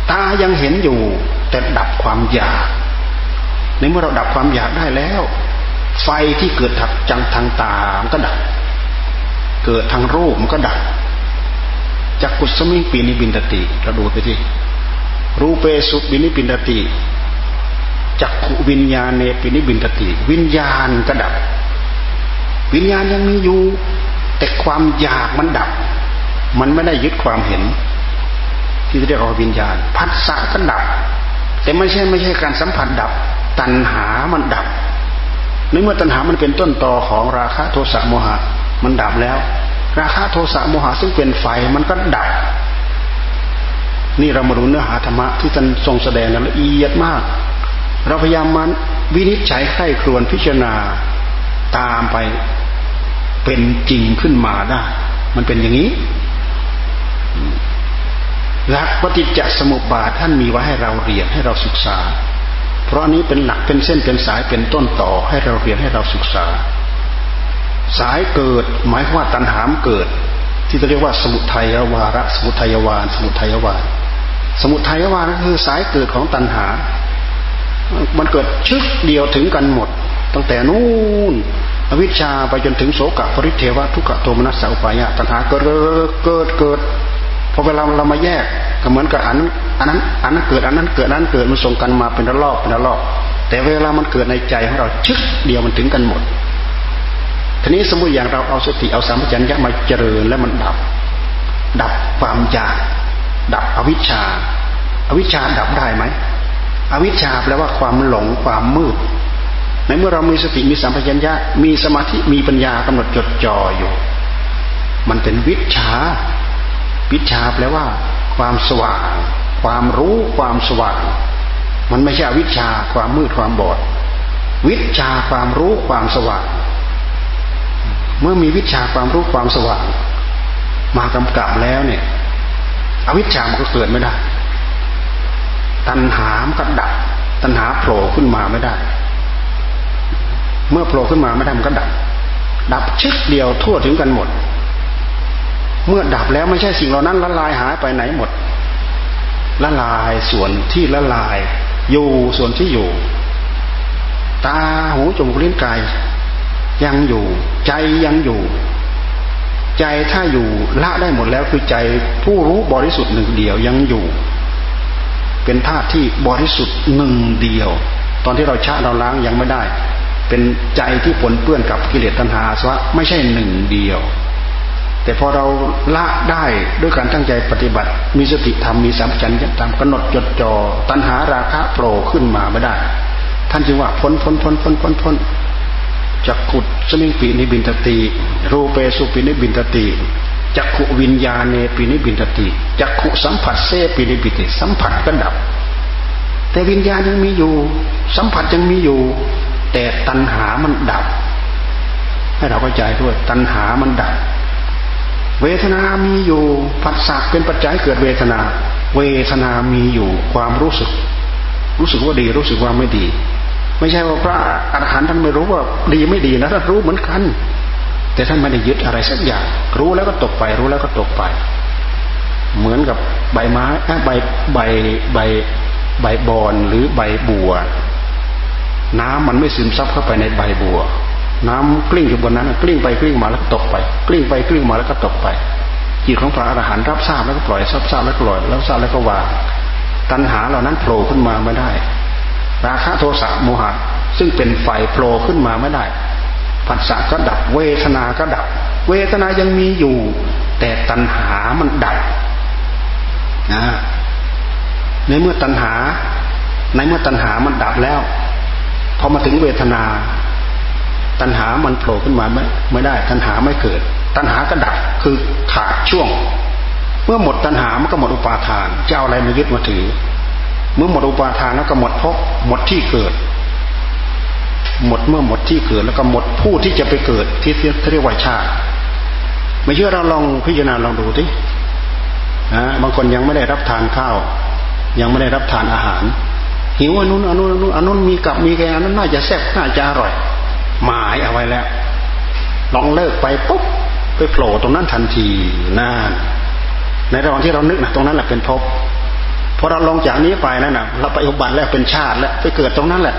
ตายังเห็นอยู่แต่ดับความอยากในเมื่อเราดับความอยากได้แล้วไฟที่เกิดถักจังทางตามันก็ดับเกิดทางรูปมันก็ดับจักขุสมิงปีนิบินตติเราดูไปที่รูเปสุปินิบินตติจักขุวิญญาณเนปินิบินตติวิญญาณก็ดับวิญญาณยังมีอยู่แต่ความอยากมันดับมันไม่ได้ยึดความเห็นที่เรียกว่าวิญญาณผัสสะก็ดับแต่ไม่ใช่ไม่ใช่การสัมผัสดับตัณหามันดับในเมื่อตัณหามันเป็นต้นตอของราคะโทสะโมหะมันดับแล้วราคะโทสะโมหะซึ่งเป็นไฟมันก็ดับนี่เรามาดูเนื้อหาธรรมะที่ท่านทรงแสดงละเอียดมากเราพยายามมันวินิจฉัยไข้ครวญพิจารณาตามไปเป็นจริงขึ้นมาได้มันเป็นอย่างนี้หลักปฏิจจสมุปบาทท่านมีไว้ให้เราเรียนให้เราศึกษาเพราะอันนี้เป็นหลักเป็นเส้นเป็นสายเป็นต้นต่อให้เราเรียนให้เราศึกษาสายเกิดหมายความว่าตัณหาเกิดที่จะเรียกว่าสมุทัยวาระสมุทัยวานสมุทัยวานสมุทัยวานก็คือสายเกิดของตัณหามันเกิดชึกเดียวถึงกันหมดตั้งแต่นู้นอวิชชาไปจนถึงโสกะปริเทวะทุกขโทมนัสสะอุปายาตัณหาเกิดเกิดเกิดพอเวลาเรามาแยกก็เหมือนกับอันอันนั้นอันนั้นเกิดอันนั้นเกิดอันนั้นเกิดมันส่งกันมาเป็นระลอกเป็นระลอกแต่เวลามันเกิดในใจของเราชึกเดียวมันถึงกันหมดทีนี้สมมติอย่างเราเอาสติเอาสัมปชัญญะมาเจริญแล้วมันดับดับความอยากดับอวิชชาอวิชชาดับได้ไหมอวิชชาแปลว่าความหลงความมืดในเมื่อเรามีสติมีสัมปชัญญะมีสมาธิมีปัญญากำหนดจดจ่ออยู่มันเป็นวิชชาวิชชาแปลว่าความสว่างความรู้ความสว่างมันไม่ใช่อวิชชาความมืดความบอดวิชชาความรู้ความสว่างเมื่อมีวิชาความรู้ความสว่างมากำกับแล้วเนี่ยอวิชชามันก็เกิดไม่ได้ตัณหามันก็ดับตัณหาโผล่ขึ้นมาไม่ได้เมื่อโผล่ขึ้นมาไม่ได้มันก็ดับดับชึกเดียวทั่วถึงกันหมดเมื่อดับแล้วไม่ใช่สิ่งเหล่านั้นละลายหายไปไหนหมดละลายส่วนที่ละลายอยู่ส่วนที่อยู่ตาหูจมูกลิ้นกายยังอยู่ใจยังอยู่ใจถ้าอยู่ละได้หมดแล้วคือใจผู้รู้บริสุทธิ์หนึ่งเดียวยังอยู่เป็นธาตุที่บริสุทธิ์หนึ่งเดียวตอนที่เราชะเราล้างยังไม่ได้เป็นใจที่ปนเปื้อนกับกิเลสตัณหาอาสวะไม่ใช่หนึ่งเดียวแต่พอเราละได้ด้วยการตั้งใจปฏิบัติมีสติธรรมมีสัมปชัญญะธรรมกำหนดจดจ่อตัณหาราคะโผล่ขึ้นมาไม่ได้ท่านจึงว่าพ้นพ้นพ้นพ้นพ้นพ้นจักขุสมิงปีนิบินตติรูเปสุปินิบินตติจักขุวิญญาณเนปินิบินตติจักขุสัมผัสเสปินิบินตติสัมผัสก็ดับแต่วิญญาณยังมีอยู่สัมผัสยังมีอยู่แต่ตัณหามันดับให้เราเข้าใจด้วยตัณหามันดับเวทนามีอยู่ผัสสะเป็นปัจจัยเกิดเวทนาเวทนามีอยู่ความรู้สึกรู้สึกว่าดีรู้สึกว่าไม่ดีไม่ใช่ว่าพระอรหันต์ท่านไม่รู้ว่าดีไม่ดีนะท่านรู้เหมือนกันแต่ท่านไม่ได้ยึดอะไรสักอย่างรู้แล้วก็ตกไปรู้แล้วก็ตกไปเหมือนกับใบไม้ใบใบใบใบบอนหรือใบบัวน้ำมันไม่ซึมซับเข้าไปในใบบัวน้ำกลิ้งอยู่บนนั้นกลิ้งไปกลิ้งมาแล้วก็ตกไปกลิ้งไปกลิ้งมาแล้วก็ตกไปจิตของพระอรหันต์รับทราบแล้วก็ปล่อยรับทราบแล้วก็ปล่อยรับทราบแล้วก็วางตัณหาเหล่านั้นโผล่ขึ้นมาไม่ได้ราคะโทสะโมหะซึ่งเป็นไฟโผล่ขึ้นมาไม่ได้ผัสสะก็ดับเวทนาก็ดับเวทนายังมีอยู่แต่ตัณหามันดับนะในเมื่อตัณหาในเมื่อตัณหามันดับแล้วพอมาถึงเวทนาตัณหามันโผล่ขึ้นมาไม่ไม่ได้ตัณหาไม่เกิดตัณหาก็ดับคือขาดช่วงเมื่อหมดตัณหามันก็หมดอุปาทานจะเอาอะไรมายึดมาถือเมื่อหมดอุปาทานแล้วก็หมดภพหมดที่เกิดหมดเมื่อหมดที่เกิดแล้วก็หมดผู้ที่จะไปเกิดที่เรียกว่าชาติไม่เชื่อเราลองพิจารณาลองดูสินะบางคนยังไม่ได้รับทานข้าวยังไม่ได้รับทานอาหารหิวอันนู้นอันนู้นอันนู้นอันนู้นมีกับมีแกงอันนั้นน่าจะแซ่บน่าจะอร่อยหมายเอาไว้แล้วลองเลิกไปปุ๊บไปโผล่ตรงนั้นทันทีนั่นในระหว่างที่เรานึกนะตรงนั้นแหละเป็นภพพอเราลงจากนี้ไปนั่นน่ะเราไปอุบัติแล้วเป็นชาติแล้วไปเกิดตรงนั้นแหละ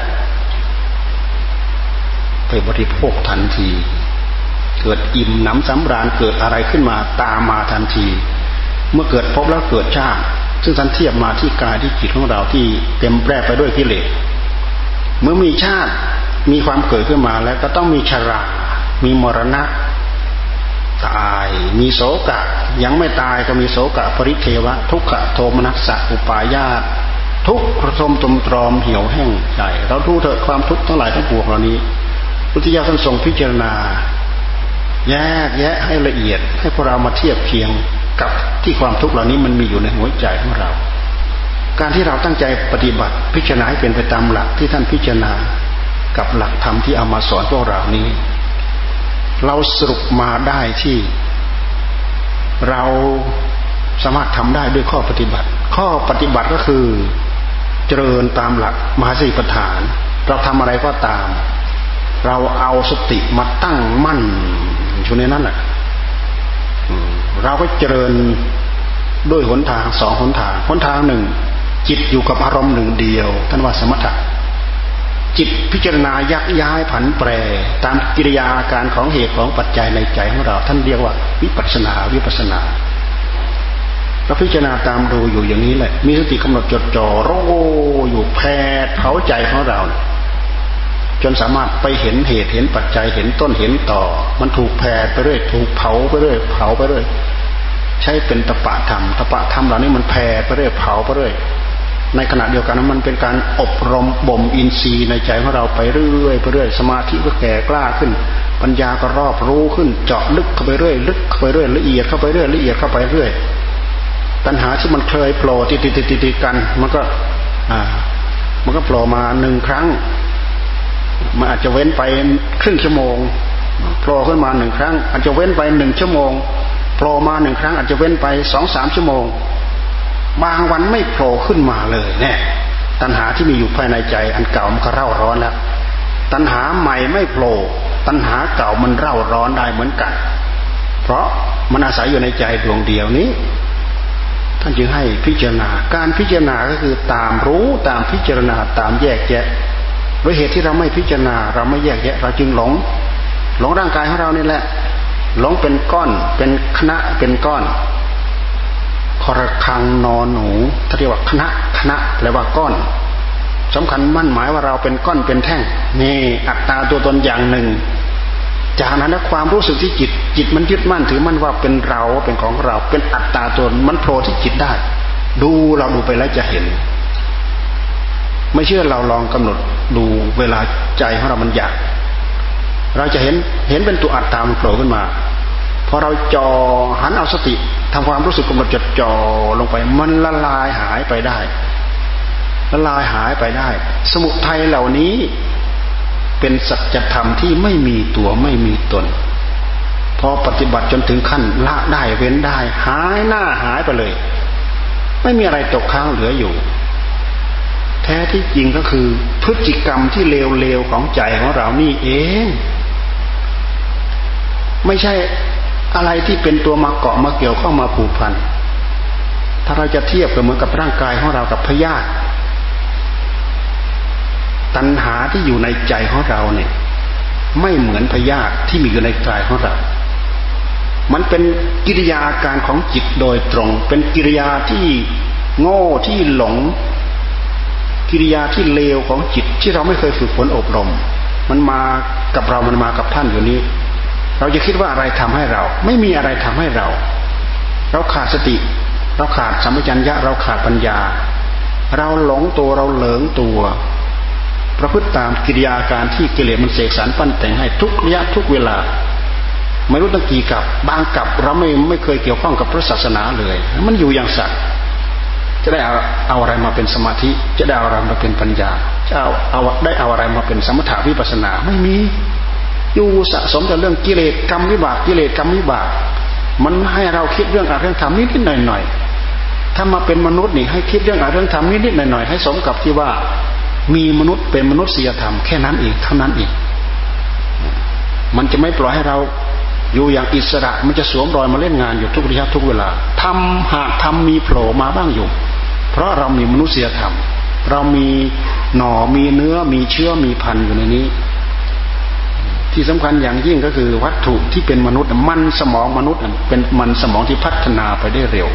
ไปบริโภคทันทีเกิดอิ่มหนำสำราญเกิดอะไรขึ้นมาตามมาทันทีเมื่อเกิดพบแล้วเกิดชาติซึ่งท่านเทียบมาที่กายที่จิตของเราที่เต็มแปร่ไปด้วยกิเลสเมื่อมีชาติมีความเกิดขึ้นมาแล้วก็ต้องมีชรามีมรณะตายมีโศกะยังไม่ตายก็มีโศกะปริเทวะทุกขโทมนัสสะอุปาญาตทุกข์ระทมตุมตรอมเหี่ยวแห้งใจเราดูเถอะความทุกข์ทั้งหลายทั้งปวงเหล่านี้พุทธิยถาท่านทรงพิจารณาแยกแยะให้ละเอียดให้พวกเรามาเทียบเคียงกับที่ความทุกข์เหล่านี้มันมีอยู่ในหัวใจของเราการที่เราตั้งใจปฏิบัติพิจารณาให้เป็นไปตามหลักที่ท่านพิจารณากับหลักธรรมที่เอามาสอนพวกเรานี้เราสรุปมาได้ที่เราสามารถทำได้ด้วยข้อปฏิบัติข้อปฏิบัติก็คือเจริญตามหลักมหาสติปัฏฐานเราทำอะไรก็ตามเราเอาสติมาตั้งมั่นอยู่ในนั้นแหละเราก็เจริญด้วยหนทางสองหนทางหนทางหนึ่งจิตอยู่กับอารมณ์หนึ่งเดียวท่านว่าสมถะจิตพิจารณายักย้ายผันแปรตามกิริยาอาการของเหตุของปัจจัยในใจของเราท่านเรียกว่าวิปัสสนาวิปัสสนาเราพิจารณาตามดูอยู่อย่างนี้แหละมีสติกำหนดจดจ่อโรอยู่แผดเผาใจของเราจนสามารถไปเห็นเหตุเห็นปัจจัยเห็นต้นเห็นต่อมันถูกแผดไปเรื่อยถูกเผาไปเรื่อยเผาไปเรื่อยใช้เป็นตปะธรรมตปะธรรมเหล่านี้มันแผดไปเรื่อยเผาไปเรื่อยในขณะเดียวกันมันเป็นการอบรมบ่มอินทรีย์ในใจของเราไปเรื่อยไปเรื่อยสมาธิก็แก่กล้าขึ้นปัญญาก็รอบรู้ขึ้นเจาะลึกเข้าไปเรื่อยลึกเข้าไปเรื่อยละเอียดเข้าไปเรื่อยละเอียดเข้าไปเรื่อยตัณหาที่มันเคยโผล่ติดติดติดติดกันมันก็อ่ามันก็โผล่มาหนึ่งครั้งมันอาจจะเว้นไปครึ่งชั่วโมงโผล่ขึ้นมาหนึ่งครั้งอาจจะเว้นไปหนึ่งชั่วโมงโผล่มาหนึ่งครั้งอาจจะเว้นไปสองสามชั่วโมงบางวันไม่โผล่ขึ้นมาเลยเนี่ยตัณหาที่มีอยู่ภายในใจอันเก่ามันก็เร่าร้อนแล้วตัณหาใหม่ไม่โผล่ตัณหาเก่ามันเร่าร้อนได้เหมือนกันเพราะมันอาศัยอยู่ในใจดวงเดียวนี้ท่านจึงให้พิจารณาการพิจารณาก็คือตามรู้ตามพิจารณาตามแยกแยะด้วยเหตุที่เราไม่พิจารณาเราไม่แยกแยะเราจึงหลงหลงร่างกายของเรานี่แหละหลงเป็นก้อนเป็นคณะเป็นก้อนคอระฆังนอนหนูถ้าเรียกว่าคณะคณะแปลว่าก้อนสำคัญมั่นหมายว่าเราเป็นก้อนเป็นแท่งนี่อัตตาตัวตนอย่างหนึ่งจากนั้นความรู้สึกที่จิตจิตมันยึดมั่นถือมั่นว่าเป็นเราเป็นของเราเป็นอัตตาตัวมันโผล่ที่จิตได้ดูเราดูไปแล้วจะเห็นไม่เชื่อเราลองกำหนดดูเวลาใจของเรามันอยากเราจะเห็นเห็นเป็นตัวอัตตามันโผล่ขึ้นมาพอเราจ่อหันเอาสติทำความรู้สึกกำหนดจดจ่อลงไปมันละลายหายไปได้ละลายหายไปได้สมุทัยเหล่านี้เป็นสัจธรรมที่ไม่มีตัวไม่มีตนพอปฏิบัติจนถึงขั้นละได้เว้นได้หายหน้าหายไปเลยไม่มีอะไรตกค้างเหลืออยู่แท้ที่จริงก็คือพฤติกรรมที่เลวๆของใจของเรานี่เองไม่ใช่อะไรที่เป็นตัวมาเกาะมาเกี่ยวข้องมาผูกพันถ้าเราจะเทียบกับเหมือนกับร่างกายของเรากับพยาธิตัณหาที่อยู่ในใจของเราเนี่ยไม่เหมือนพยาธิที่มีอยู่ในกายของเรามันเป็นกิริยาอาการของจิตโดยตรงเป็นกิริยาที่โง่ที่หลงกิริยาที่เลวของจิตที่เราไม่เคยฝึกฝนอบรมมันมากับเรามันมากับท่านอยู่นี้เราจะคิดว่าอะไรทำให้เราไม่มีอะไรทำให้เราเราขาดสติเราขาดสัมปชัญญะเราขาดปัญญาเราหลงตัวเราเหลิงตัวประพฤติตามกิริยาการที่กิเลสมันเสกสรรปั้นแต่งให้ทุกระยะทุกเวลาไม่รู้ตั้งกี่กับบางกับเราไม่ไม่เคยเกี่ยวข้องกับพระศาสนาเลยมันอยู่อย่างสัตว์จะได้เอาเอาอะไรมาเป็นสมาธิจะได้เอาอะไรมาเป็นปัญญาจะเอาเอาได้เอาอะไรมาเป็นสมถะวิปัสสนาไม่มีอยู่สะสมแต่เรื่องกิเลสกรรมวิบากกิเลสกรรมวิบากมันให้เราคิดเรื่องอารมณ์ธรรมนิดๆหน่อยๆถ้ามาเป็นมนุษย์นี่ให้คิดเรื่องอารมณ์ธรรมนิดๆหน่อยๆให้สมกับที่ว่ามีมนุษย์เป็นมนุษยธรรมแค่นั้นเองเท่านั้นเองมันจะไม่ปล่อยให้เราอยู่อย่างอิสระมันจะสวมรอยมาเล่นงานอยู่ทุกระยะทุกเวลาทำหากทำมีโผล่มาบ้างอยู่โผราะเรามีมนุษยธรรมเรามีหน่อมีเนื้อมีเชื้อมีพันธุ์อยู่ในนี้ที่สำคัญอย่างยิ่งก็คือวัตถุที่เป็นมนุษย์มันสมองมนุษย์เป็นมันสมองที่พัฒนาไปได้เร็ว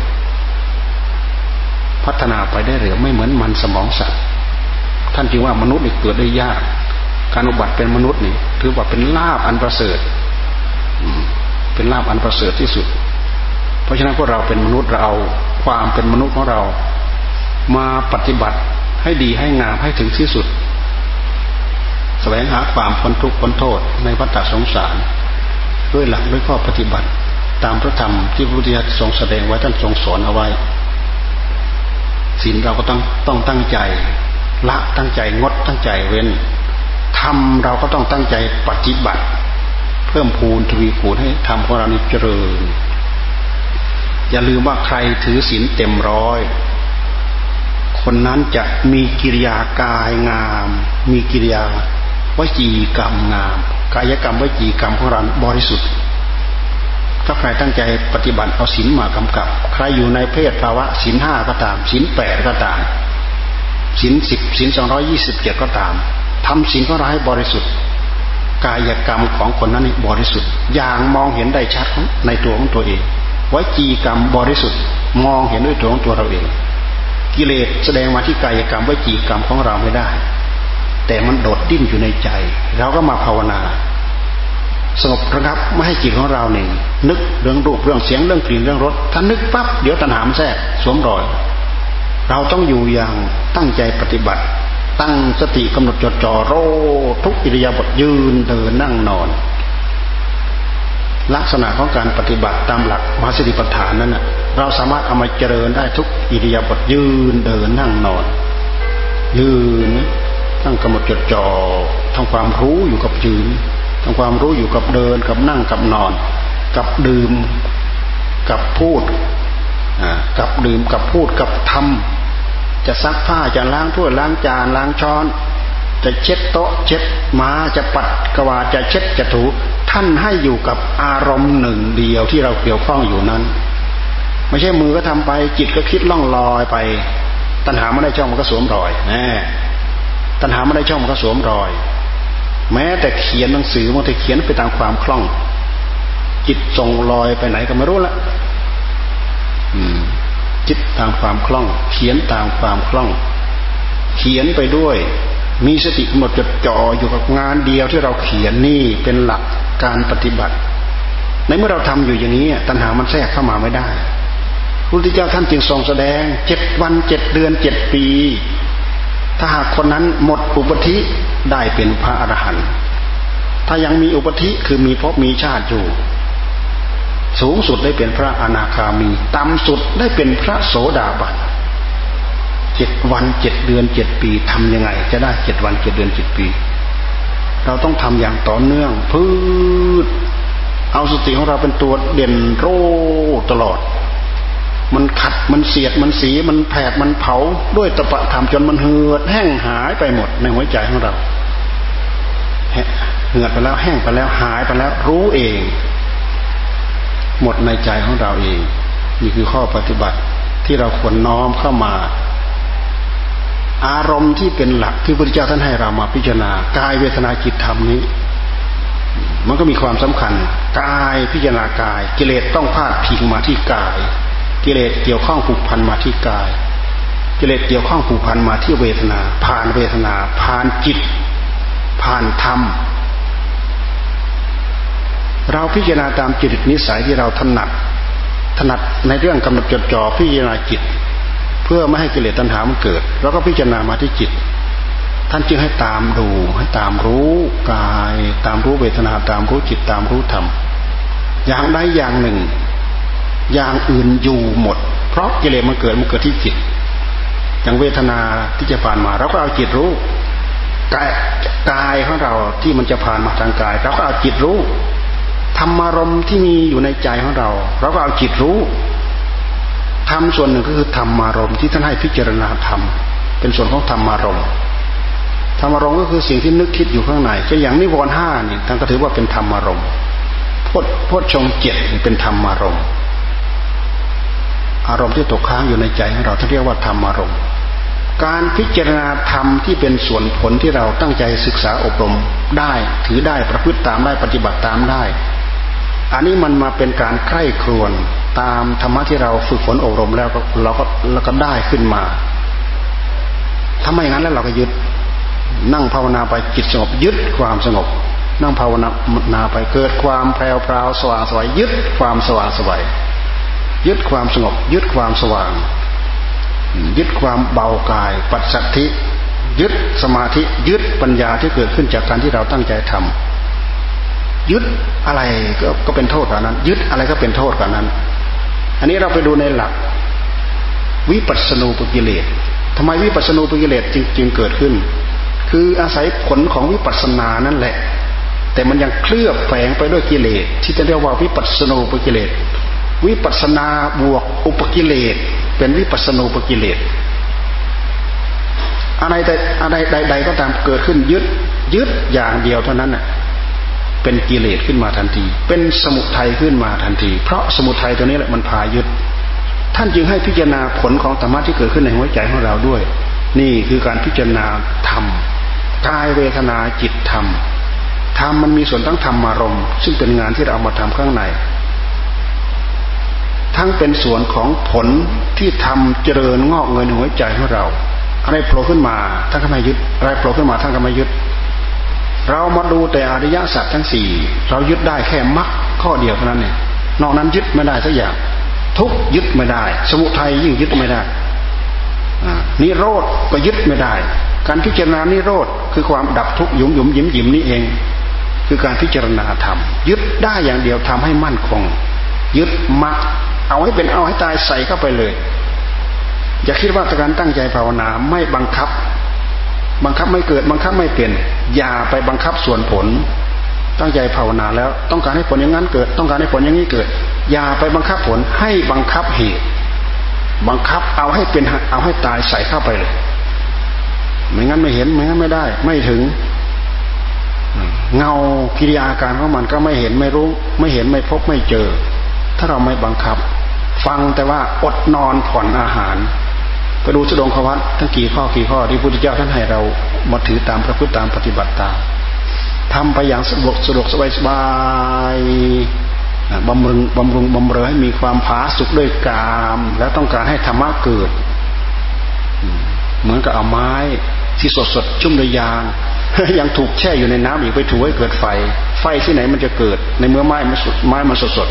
พัฒนาไปได้เร็วไม่เหมือนมันสมองสัตว์ท่านจึงว่ามนุษย์นี่เกิดได้ยากการอุบัติเป็นมนุษย์นี่ถือว่าเป็นลาภอันประเสริฐเป็นลาภอันประเสริฐที่สุดเพราะฉะนั้นพวกเราเป็นมนุษย์เราเอาความเป็นมนุษย์ของเรามาปฏิบัติให้ดีให้งามให้ถึงที่สุดแสวงหาความพ้นทุกข์พ้นโทษในวัฏสงสารด้วยหลักด้วยข้อปฏิบัติตามพระธรรมที่พระพุทธเจ้าทรงแสดงไว้ท่านทรงสอนเอาไว้ศีลเราก็ต้องต้องตั้งใจละตั้งใจงดตั้งใจเว้นธรรมเราก็ต้องตั้งใจปฏิบัติเพิ่มพูนทวีคูณให้ธรรมของเรานี้เจริญอย่าลืมว่าใครถือศีลเต็มร้อยคนนั้นจะมีกิริยากายงามมีกิริยาวจีกรรมงามกายกรรมวจีกรรมของเราบริสุทธิ์ถ้าใครตั้งใจปฏิบัติเอาศีลมากำกับใครอยู่ในเพศภาวะศีลห้าก็ตามศีลแปดก็ตามศีลสิบศีลสองร้อยยี่สิบเจ็ดก็ตามทำศีลของเราให้บริสุทธิ์กายกรรมของคนนั้นบริสุทธิ์อย่างมองเห็นได้ชัดในตัวของตัวเองวจีกรรมบริสุทธิ์มองเห็นด้วยตัวของตัวเราเองกิเลสแสดงมาที่กายกรรมวจีกรรมของเราไม่ได้แต่มันโดดดิ้นอยู่ในใจเราก็มาภาวนาสงบระงับไม่ให้จิตของเราเนี่ยนึกเรื่องรูปเรื่องเสียงเรื่องกลิ่นเรื่องรสถ้านึกปั๊บเดี๋ยวตัณหามันแทรกสวมรอยเราต้องอยู่อย่างตั้งใจปฏิบัติตั้งสติกำหนดจดจ่อโรทุกอิริยาบถยืนเดินนั่งนอนลักษณะของการปฏิบัติตามหลักมหาสติปัฏฐานนั้นน่ะเราสามารถเอามาเจริญได้ทุกอิริยาบถยืนเดินนั่งนอนยืนตั้งกำหนดจดจ่อทำความรู้อยู่กับยืนทำความรู้อยู่กับเดินกับนั่งกับนอนกับดื่มกับพูดกับดื่มกับพูดกับทำจะซักผ้าจะล้างถ้วยล้างจานล้างช้อนจะเช็ดโต๊ะเช็ดม้าจะปัดกวาดจะเช็ดจะถูท่านให้อยู่กับอารมณ์หนึ่งเดียวที่เราเกี่ยวข้องอยู่นั้นไม่ใช่มือก็ทำไปจิตก็คิดล่องลอยไปตัณหาไม่ได้ช่องมันก็สวมรอยแน่ตัณหาไม่ได้ช่องมันก็สวมรอยแม้แต่เขียนหนังสือมันจะเขียนไปตามความคล่องจิตส่งลอยไปไหนก็ไม่รู้ละจิตตามความคล่องเขียนตามความคล่องเขียนไปด้วยมีสติกำหนดจดจ่ออยู่กับงานเดียวที่เราเขียนนี่เป็นหลักการปฏิบัติในเมื่อเราทำอยู่อย่างนี้ตัณหามันแทรกเข้ามาไม่ได้พระพุทธเจ้าท่านจึงทรงแสดงเจ็ดวันเจ็ดเดือนเจ็ดปีถ้าหากคนนั้นหมดอุปธิได้เป็นพระอรหันต์ถ้ายังมีอุปธิคือมีภพมีชาติอยู่สูงสุดได้เป็นพระอนาคามีต่ำสุดได้เป็นพระโสดาบันเจ็ดวันเจ็ดเดือนเจ็ดปีทำยังไงจะได้เจ็ดวันเจ็ดเดือนเจ็ดปีเราต้องทำอย่างต่อเนื่องพืชเอาสติของเราเป็นตัวเด่นโรตลอดมันขัดมันเสียดมันสีมันแผดมันเผาด้วยตปะธรรมจนมันเหือดแห้งหายไปหมดในหัวใจของเราเหือดไปแล้วแห้งไปแล้วหายไปแล้วรู้เองหมดในใจของเราเองนี่คือข้อปฏิบัติที่เราควรน้อมเข้ามาอารมณ์ที่เป็นหลักที่พระพุทธเจ้าท่านให้เรามาพิจารณากายเวทนาจิตธรรมนี้มันก็มีความสำคัญกายพิจารณากายกิเลสต้องพาดพิงมาที่กายกิเลสเกี่ยวข้องผูกพันมาที่กายกิเลสเกี่ยวข้องผูกพันมาที่เวทนาผ่านเวทนาผ่านจิตผ่านธรรมเราพิจารณาตามจริตนิสัยที่เราถนัดถนัดในเรื่องกำหนดจดจ่อพิจารณาจิตเพื่อไม่ให้กิเลสตัณหามันเกิดเราก็พิจารณามาที่จิตท่านจึงให้ตามดูให้ตามรู้กายตามรู้เวทนาตามรู้จิตตามรู้ธรรมอย่างใดอย่างหนึ่งอย่างอื่นอยู่หมดเพราะกิเลสมันเกิดมันเกิดที่จิตอย่างเวทนาที่จะผ่านมาเราก็เอาจิตรู้กายกายของเราที่มันจะผ่านมาทางกายเราก็เอาจิตรู้ธรรมารมณ์ที่มีอยู่ในใจของเราเราก็เอาจิตรู้ธรรมส่วนหนึ่งก็คือธรรมารมณ์ที่ท่านให้พิจารณาธรรมเป็นส่วนของธรรมารมณ์ธรรมารมณ์ก็คือสิ่งที่นึกคิดอยู่ข้างในก็อย่างนิวรณ์ห้านี่ท่านก็ถือว่าเป็นธรรมารมณ์โพชฌงค์เจ็ดเป็นธรรมารมณ์อารมณ์ที่ตกค้างอยู่ในใจของเราที่เรียกว่าธรรมอารมณ์การพิจารณาธรรมที่เป็นส่วนผลที่เราตั้งใจศึกษาอบรมได้ถือได้ประพฤติตามได้ปฏิบัติตามได้อันนี้มันมาเป็นการใคร่ครวญตามธรรมะที่เราฝึกฝนอบรมแล้วเราก็เราก็ได้ขึ้นมาถ้าไม่อย่างนั้นแล้วเราก็ยึดนั่งภาวนาไปจิตสงบยึดความสงบนั่งภาวนาไปเกิดความแพรวพราวสว่างสวยยึดความสว่างสวยยึดความสงบยึดความสว่างยึดความเบากายปัสสัทธิยึดสมาธิยึดปัญญาที่เกิดขึ้นจากการที่เราตั้งใจทำยึดอะไรก็ก็เป็นโทษกับนั้นยึดอะไรก็เป็นโทษกับนั้นอันนี้เราไปดูในหลักวิปัสสนูปกิเลสทำไมวิปัสสนูปกิเลสจึงจึงเกิดขึ้นคืออาศัยผลของวิปัสสนานั่นแหละแต่มันยังเคลือบแฝงไปด้วยกิเลสที่จะเรียกว่าวิปัสสนูปกิเลสวิปัสสนาบวกอุปกิเลสเป็นวิปัสสนูปกิเลสอะไรแต่อะไรใดๆก็ตามเกิดขึ้นยึดยึดอย่างเดียวเท่านั้นน่ะเป็นกิเลสขึ้นมาทันทีเป็นสมุทัยขึ้นมาทันทีเพราะสมุทัยตัวนี้แหละมันพายึดท่านจึงให้พิจารณาผลของธรรมะที่เกิดขึ้นในหัวใจของเราด้วยนี่คือการพิจารณาธรรมกายเวทนาจิตธรรมธรรมมันมีส่วนทั้งธรรมารมณ์ซึ่งเป็นงานที่เราเอามาทำข้างในทั้งเป็นส่วนของผลที่ทำเจริญงอกเงยในหัวใจของเราอะไรโผล่ขึ้นมาท่านก็ไม่ยึดอะไรโผล่ขึ้นมาท่านก็ไม่ยึดเรามาดูแต่อริยสัจทั้งสี่เรายึดได้แค่มรรคข้อเดียวเท่านั้นเองนอกนั้นยึดไม่ได้สักอย่างทุกข์ยึดไม่ได้สมุทัยยิ่งยึดไม่ได้นิโรธก็ยึดไม่ได้การพิจารณานิโรธคือความดับทุกข์หยุมหยุมยิ้มยิ้มนี่เองคือการพิจารณาธรรมยึดได้อย่างเดียวทำให้มั่นคงยึดมรรคเอาให้เป็นเอาให้ตายใส่เข้าไปเลยอย่าคิดว่าการตั้งใจภาวนาไม่บังคับบังคับไม่เกิดบังคับไม่เปลี่ยนอย่าไปบังคับส่วนผลตั้งใจภาวนาแล้วต้องการให้ผลอย่างนั้นเกิดต้องการให้ผลอย่างนี้เกิดอย่าไปบังคับผลให้บังคับเหตุบังคับเอาให้เป็นเอาให้ตายใส่เข้าไปเลยไม่งั้นไม่เห็นไม่งั้นไม่ได้ไม่ถึงเงากิริยาอาการของมันก็ไม่เห็นไม่รู้ไม่เห็นไม่พบไม่เจอถ้าเราไม่บังคับฟังแต่ว่าอดนอนผ่อนอาหารไปดูสดงควัตทั้งกี่ข้อกี่ข้อที่พระพุทธเจ้าท่านให้เรามาถือตามประพฤติตามปฏิบัติตามทำไปอย่างสะดวกสะดวกสบายสบายบำรุงบำรุงบำเรอให้มีความผาสุกด้วยกามแล้วต้องการให้ธรรมะเกิดเหมือนกับเอาไม้ที่สดสดชุ่มด้วยยางยังถูกแช่อยู่ในน้ำอีกไปถูให้เกิดไฟไฟที่ไหนมันจะเกิดในเมื่อไม้มันสดไม้มันสดสด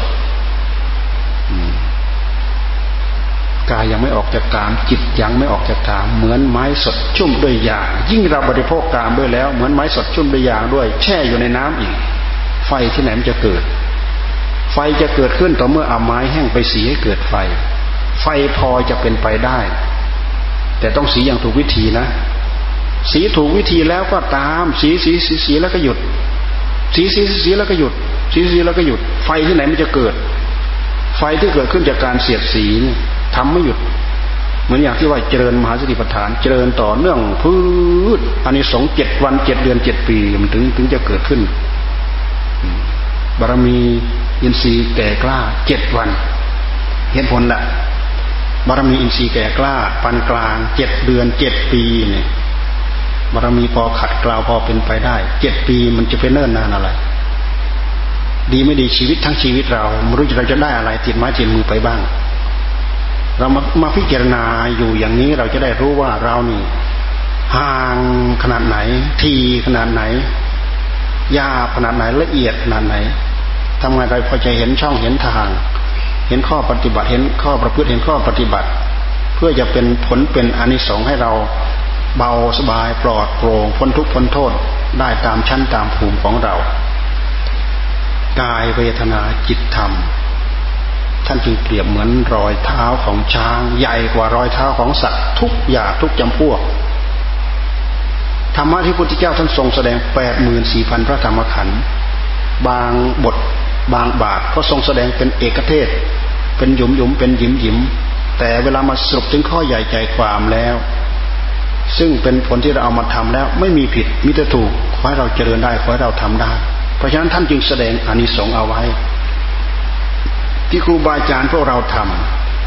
กายยังไม่ออกจากกามจิตยังไม่ออกจากกามเหมือนไม้สดชุ่มด้วยยางยิ่งเราบริโภคกามด้วยแล้วเหมือนไม้สดชุ่มด้วยยางด้วยแช่อยู่ในน้ำอีกไฟที่ไหนมันจะเกิดไฟจะเกิดขึ้นต่อเมื่อเอาไม้แห้งไปสีให้เกิดไฟไฟพอจะเป็นไปได้แต่ต้องสีอย่างถูกวิธีนะสีถูกวิธีแล้วก็ตามสีสีสีสีแล้วก็หยุดสีสีสีแล้วก็หยุดสีสีแล้วก็หยุดไฟที่ไหนมันจะเกิดไฟที่เกิดขึ้นจากการเสียดสีนี่ทำไม่หยุดเหมือนอย่างที่ว่าเจริญมหาสติปัฏฐานเจริญต่อเนื่องพืชอานิสงส์เจ็ดวันเจ็ดเดือนเจ็ดปีมันถึงถึงจะเกิดขึ้นบารมีอินทรีย์แก่กล้าเจ็ดวันเห็นผลละบารมีอินทรีย์แก่กล้าปานกลางเจ็ดเดือนเจ็ดปีเนี่ยบารมีพอขัดเกลาพอเป็นไปได้เจ็ดปีมันจะเป็นเนิ่นนานอะไรดีไม่ดีชีวิตทั้งชีวิตเราไม่รู้เราจะได้อะไรติดไม้ติดมือไปบ้างเรามามาพิจารณาอยู่อย่างนี้เราจะได้รู้ว่าเรานี่ห่างขนาดไหนทีขนาดไหนยากขนาดไหนละเอียดขนาดไหนทำไงเราพอจะเห็นช่องเห็นทางเห็นข้อปฏิบัติเห็นข้อประพฤติเห็นข้อปฏิบัติเพื่อจะเป็นผลเป็นอานิสงส์ให้เราเบาสบายปลอดโปร่งพ้นทุกข์พ้นโทษได้ตามชั้นตามภูมิของเรากายเวทนาจิตธรรมท่านจึงเปรียบเหมือนรอยเท้าของช้างใหญ่กว่ารอยเท้าของสัตว์ทุกอย่างทุกจำพวกธรรมะที่พระพุทธเจ้าท่านทรงแสดง แปดหมื่นสี่พัน พระธรรมขันธ์บางบทบางบาทก็ทรงแสดงเป็นเอกเทศเป็นหยุมหยุมเป็นหยิมหยิมแต่เวลามาสรุปถึงข้อใหญ่ใจความแล้วซึ่งเป็นผลที่เราเอามาทำแล้วไม่มีผิดมิแต่ถูกขอให้เราเจริญได้ขอให้เราทำได้เพราะฉะนั้นท่านจึงแสดงอานิสงส์เอาไว้ที่ครูบาอาจารย์พวกเราท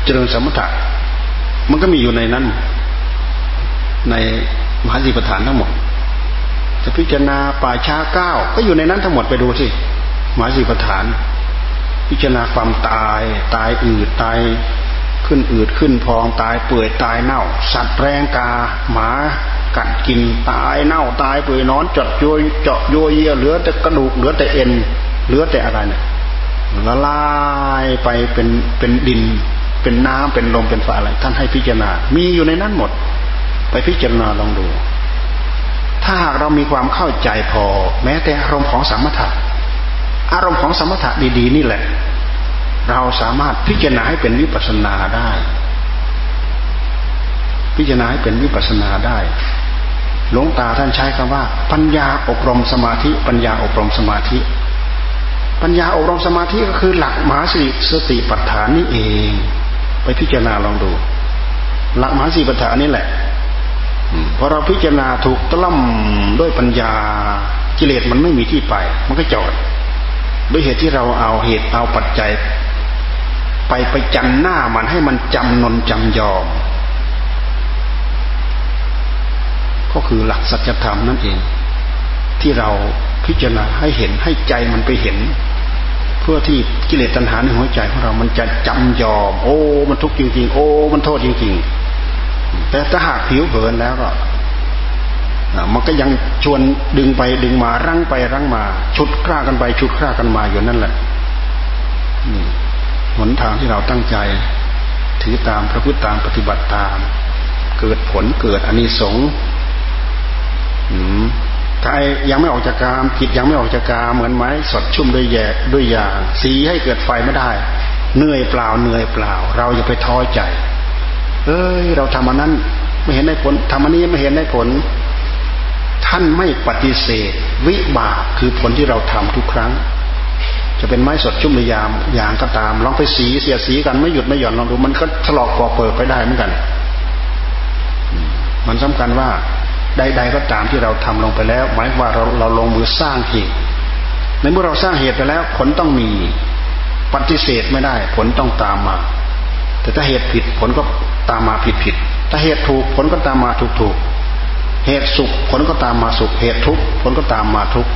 เจริญสมถะมันก็มีอยู่ในนั้นในมหาสติปัฏฐานทั้งหมดจะพิจารณาป่าช้าเก้าก็อยู่ในนั้นทั้งหมดไปดูสิมหาสติปัฏฐานพิจารณาความตายตายอืดตายขึ้นอืดขึ้นพองตายเปื่อยตายเน่าสัตว์แรงกาหมากัดกินตายเน่าตายเปื่อยนอนจดโยยเจาะโยเยเหลือแต่กระดูกเหลือแต่เอ็นเหลือแต่อะไรเนี่ยละลายไปเป็นเป็นดินเป็นน้ำเป็นลมเป็นไฟอะไรท่านให้พิจารณามีอยู่ในนั้นหมดไปพิจารณาลองดูถ้าหากเรามีความเข้าใจพอแม้แต่อารมณ์ของสมถะอารมณ์ของสมถะดีๆนี่แหละเราสามารถพิจารณาให้เป็นวิปัสสนาได้พิจารณาให้เป็นวิปัสสนาได้หลวงตาท่านใช้คำว่าปัญญาอบรมสมาธิปัญญาอบรมสมาธิปัญญาอบรมสมาธิก็คือหลักมหาสติปัฏฐานนี่เองไปพิจารณาลองดูหลักมหาสติปัฏฐานนี่แหละพอเราพิจารณาถูกตล่อมด้วยปัญญากิเลสมันไม่มีที่ไปมันก็จอดด้วยเหตุที่เราเอาเหตุเอาปัจจัยไปไปจันหน้ามันให้มันจำนนจำยอมก็คือหลักสัจธรรมนั่นเองที่เราพิจารณาให้เห็นให้ใจมันไปเห็นเพื่อที่กิเลสตัณหาในหัวใจของเรามันจะจำยอมโอ้มันทุกข์จริงๆโอ้มันโทษจริงๆแต่ถ้าหากผิวเผินแล้วก็มันก็ยังชวนดึงไปดึงมารั้งไปรั้งมาชุดคร่ากันไปชุดคร่ากันมาอยู่นั่นแหละนี่หนทางที่เราตั้งใจถือตามประพฤติตามปฏิบัติตามเกิดผลเกิดอานิสงส์ถ้ายังไม่ออกจากกามจิตยังไม่ออกจากกามเหมือนไม้สดชุ่มด้วยแยกด้วยยางสีให้เกิดไฟไม่ได้เหนื่อยเปล่าเหนื่อยเปล่าเราอย่าไปท้อใจเอ้ยเราทำอันนั้นไม่เห็นได้ผลทำอันนี้ไม่เห็นได้ผลท่านไม่ปฏิเสธวิบากคือผลที่เราทำทุกครั้งจะเป็นไม้สดชุ่มด้วยยางยางก็ตามลองไปสีเสียสีกันไม่หยุดไม่หย่อนลองดูมันก็ถลอกปอกเปิดไปได้เหมือนกันมันสำคัญว่าใดๆก็ตามที่เราทำลงไปแล้วหมายว่าเราเราลงมือสร้างเหตุในเมื่อเราสร้างเหตุไปแล้วผลต้องมีปฏิเสธไม่ได้ผลต้องตามมาแต่ถ้าเหตุผิดผลก็ตามมาผิดผิดถ้าเหตุถูกผลก็ตามมาถูกถูกเหตุสุขผลก็ตามมาสุขเหตุทุกข์ผลก็ตามมาทุกข์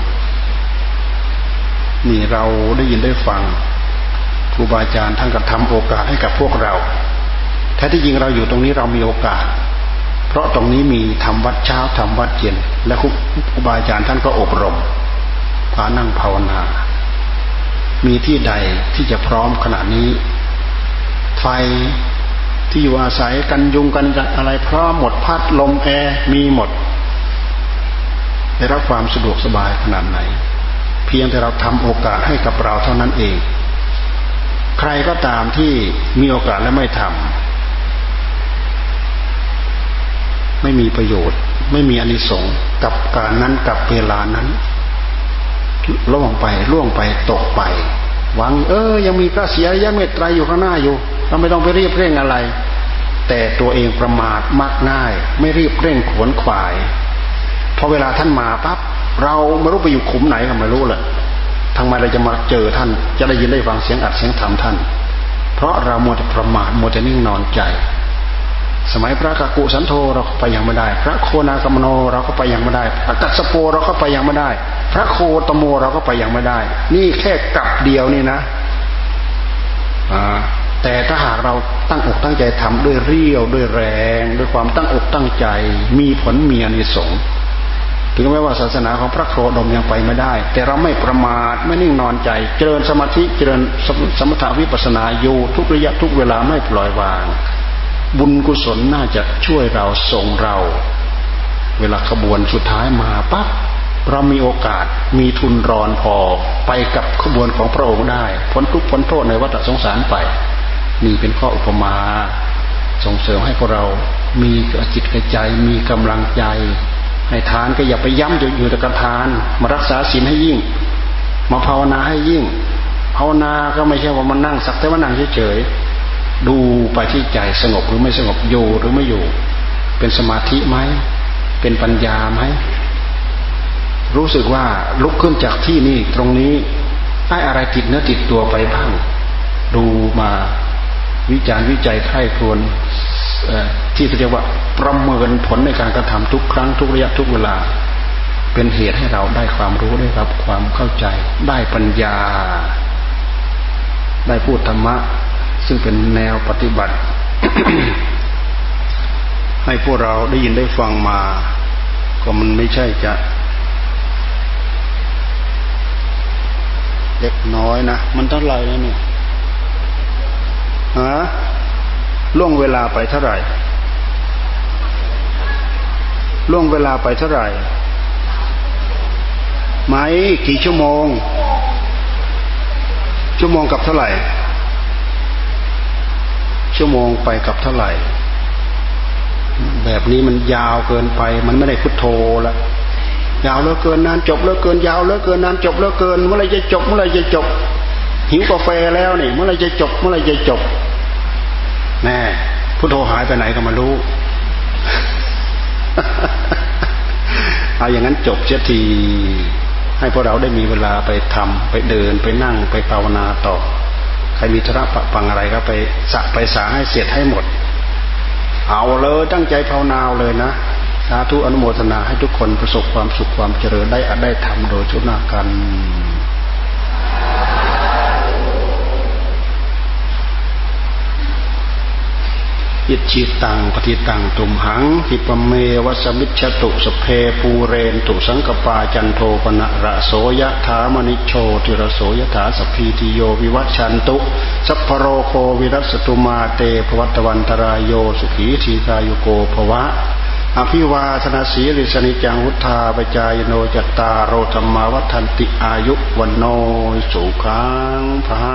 นี่เราได้ยินได้ฟังครูบาอาจารย์ท่านก็ทำโอกาสให้กับพวกเราแท้ที่จริงเราอยู่ตรงนี้เรามีโอกาสเพราะตรงนี้มีทำวัดเช้าทำวัดเย็นและครูบาอาจารย์ท่านก็อบรมพานั่งภาวนามีที่ใดที่จะพร้อมขนาดนี้ไฟที่อยู่อาศัยกันยุงกันอะไรพร้อมหมดพัดลมแอร์มีหมดได้รับความสะดวกสบายขนาดไหนเพียงแต่เราทำโอกาสให้กับเราเท่านั้นเองใครก็ตามที่มีโอกาสและไม่ทำไม่มีประโยชน์ไม่มีอานิสงส์กับการนั้นกับเวลานั้นล่วงไปล่วงไปตกไปหวังเออยังมีพระศรีอริยเมตไตรอยู่ข้างหน้าอยู่เราไม่ต้องไปรีบเร่งอะไรแต่ตัวเองประมาทมักง่ายไม่รีบเร่งขวนขวายพอเวลาท่านมาปั๊บเราไม่รู้ไปอยู่ขุมไหนก็ไม่รู้แหละทำไมเราจะมาเจอท่านจะได้ยินได้ฟังเสียงอัดเสียงธรรมท่านเพราะเรามัวแต่ประมาทมัวแต่นิ่งนอนใจสมัยพระกกุสันโธเราก็ไปยังไม่ได้พระโคนาคมโนเราก็ไปยังไม่ได้พระกัสสโปเราก็ไปยังไม่ได้พระโคตโมเราก็ไปยังไม่ได้นี่แค่กลับเดียวนี่นะอ่าแต่ถ้าหากเราตั้งอกตั้งใจทำด้วยเรี่ยวด้วยแรงด้วยความตั้งอกตั้งใจมีผลมีอานิสงส์ถึงแม้ว่าศาสนาของพระโคดมยังไปไม่ได้แต่เราไม่ประมาทไม่นิ่งนอนใจเจริญสมาธิเจริญสมถะวิปัสสนาอยู่ทุกระยะทุกเวลาไม่ปล่อยวางบุญกุศลน่าจะช่วยเราส่งเราเวลาขบวนสุดท้ายมาปั๊บเรามีโอกาสมีทุนรอนพอไปกับขบวนของพระองค์ได้พ้นทุกข์พ้นโทษในวัฏสงสารไปนี่เป็นข้ออุปมาส่งเสริมให้พวกเรามีจิตกระใจมีกำลังใจให้ทานก็อย่าไปย้ำอยู่แต่กับทานมารักษาศีลให้ยิ่งมาภาวนาให้ยิ่งภาวนาก็ไม่ใช่ว่ามันนั่งสักแต่ว่านั่งเฉยๆดูไปที่ใจสงบหรือไม่สงบอยู่หรือไม่อยู่เป็นสมาธิไหมเป็นปัญญาไหมรู้สึกว่าลุกขึ้นจากที่นี่ตรงนี้ได้อะไรติดเนื้อติดตัวไปบ้างดูมาวิจารณ์วิจัยไข้ควรที่เรียกว่าประเมินผลในการกระทำทุกครั้งทุกระยะทุกเวลาเป็นเหตุให้เราได้ความรู้ได้รับความเข้าใจได้ปัญญาได้พูดธรรมะซึ่งเป็นแนวปฏิบัติ ให้พวกเราได้ยินได้ฟังมาก็มันไม่ใช่จะเล็กน้อยนะมันเท่าไหร่แล้วเนี่ยฮะล่วงเวลาไปเท่าไหร่ล่วงเวลาไปเท่าไหร่ไหมกี่ชั่วโมงชั่วโมงกับเท่าไหร่ชั่วโมงไปกับเท่าไหร่แบบนี้มันยาวเกินไปมันไม่ได้พุทโธละยาวเหลือเกินนานจบเหลือเกินยาวเหลือเกินนานจบเหลือเกินเมื่อไรจะจบเมื่อไรจะจบหิวกาแฟแล้วนี่เมื่อไรจะจบเมื่อไรจะจบแน่พุทโธหายไปไหนก็ไม่รู้เอาอย่างนั้นจบเสียทีให้พวกเราได้มีเวลาไปทำไปเดินไปนั่งไปภาวนาต่อใครมีธุระปะปังอะไรก็ไปสะไปสาให้เสร็จให้หมดเอาเลยตั้งใจภาวนาเลยนะสาธุอนุโมทนาให้ทุกคนประสบความสุขความเจริญได้อาจได้ทำโดยทุกหน้ากันอิจิตังปฏิตังตุมหังหิปเมวัสมิจฉตุสเพปูเรนตุสังกปาจันโทปนะระโสยถามณิโชติระโสยถาสัพพิติโยวิวัชชันตุสัพพโรโควิรัสตุมาเตภวัตวันตรายโยสุขีทีกายุโกภวะอภิวาทนาสีริสนิจังวุธาปจายโนจัตตารโรธรรมาวัฏันติอายุวันโนสุขังภา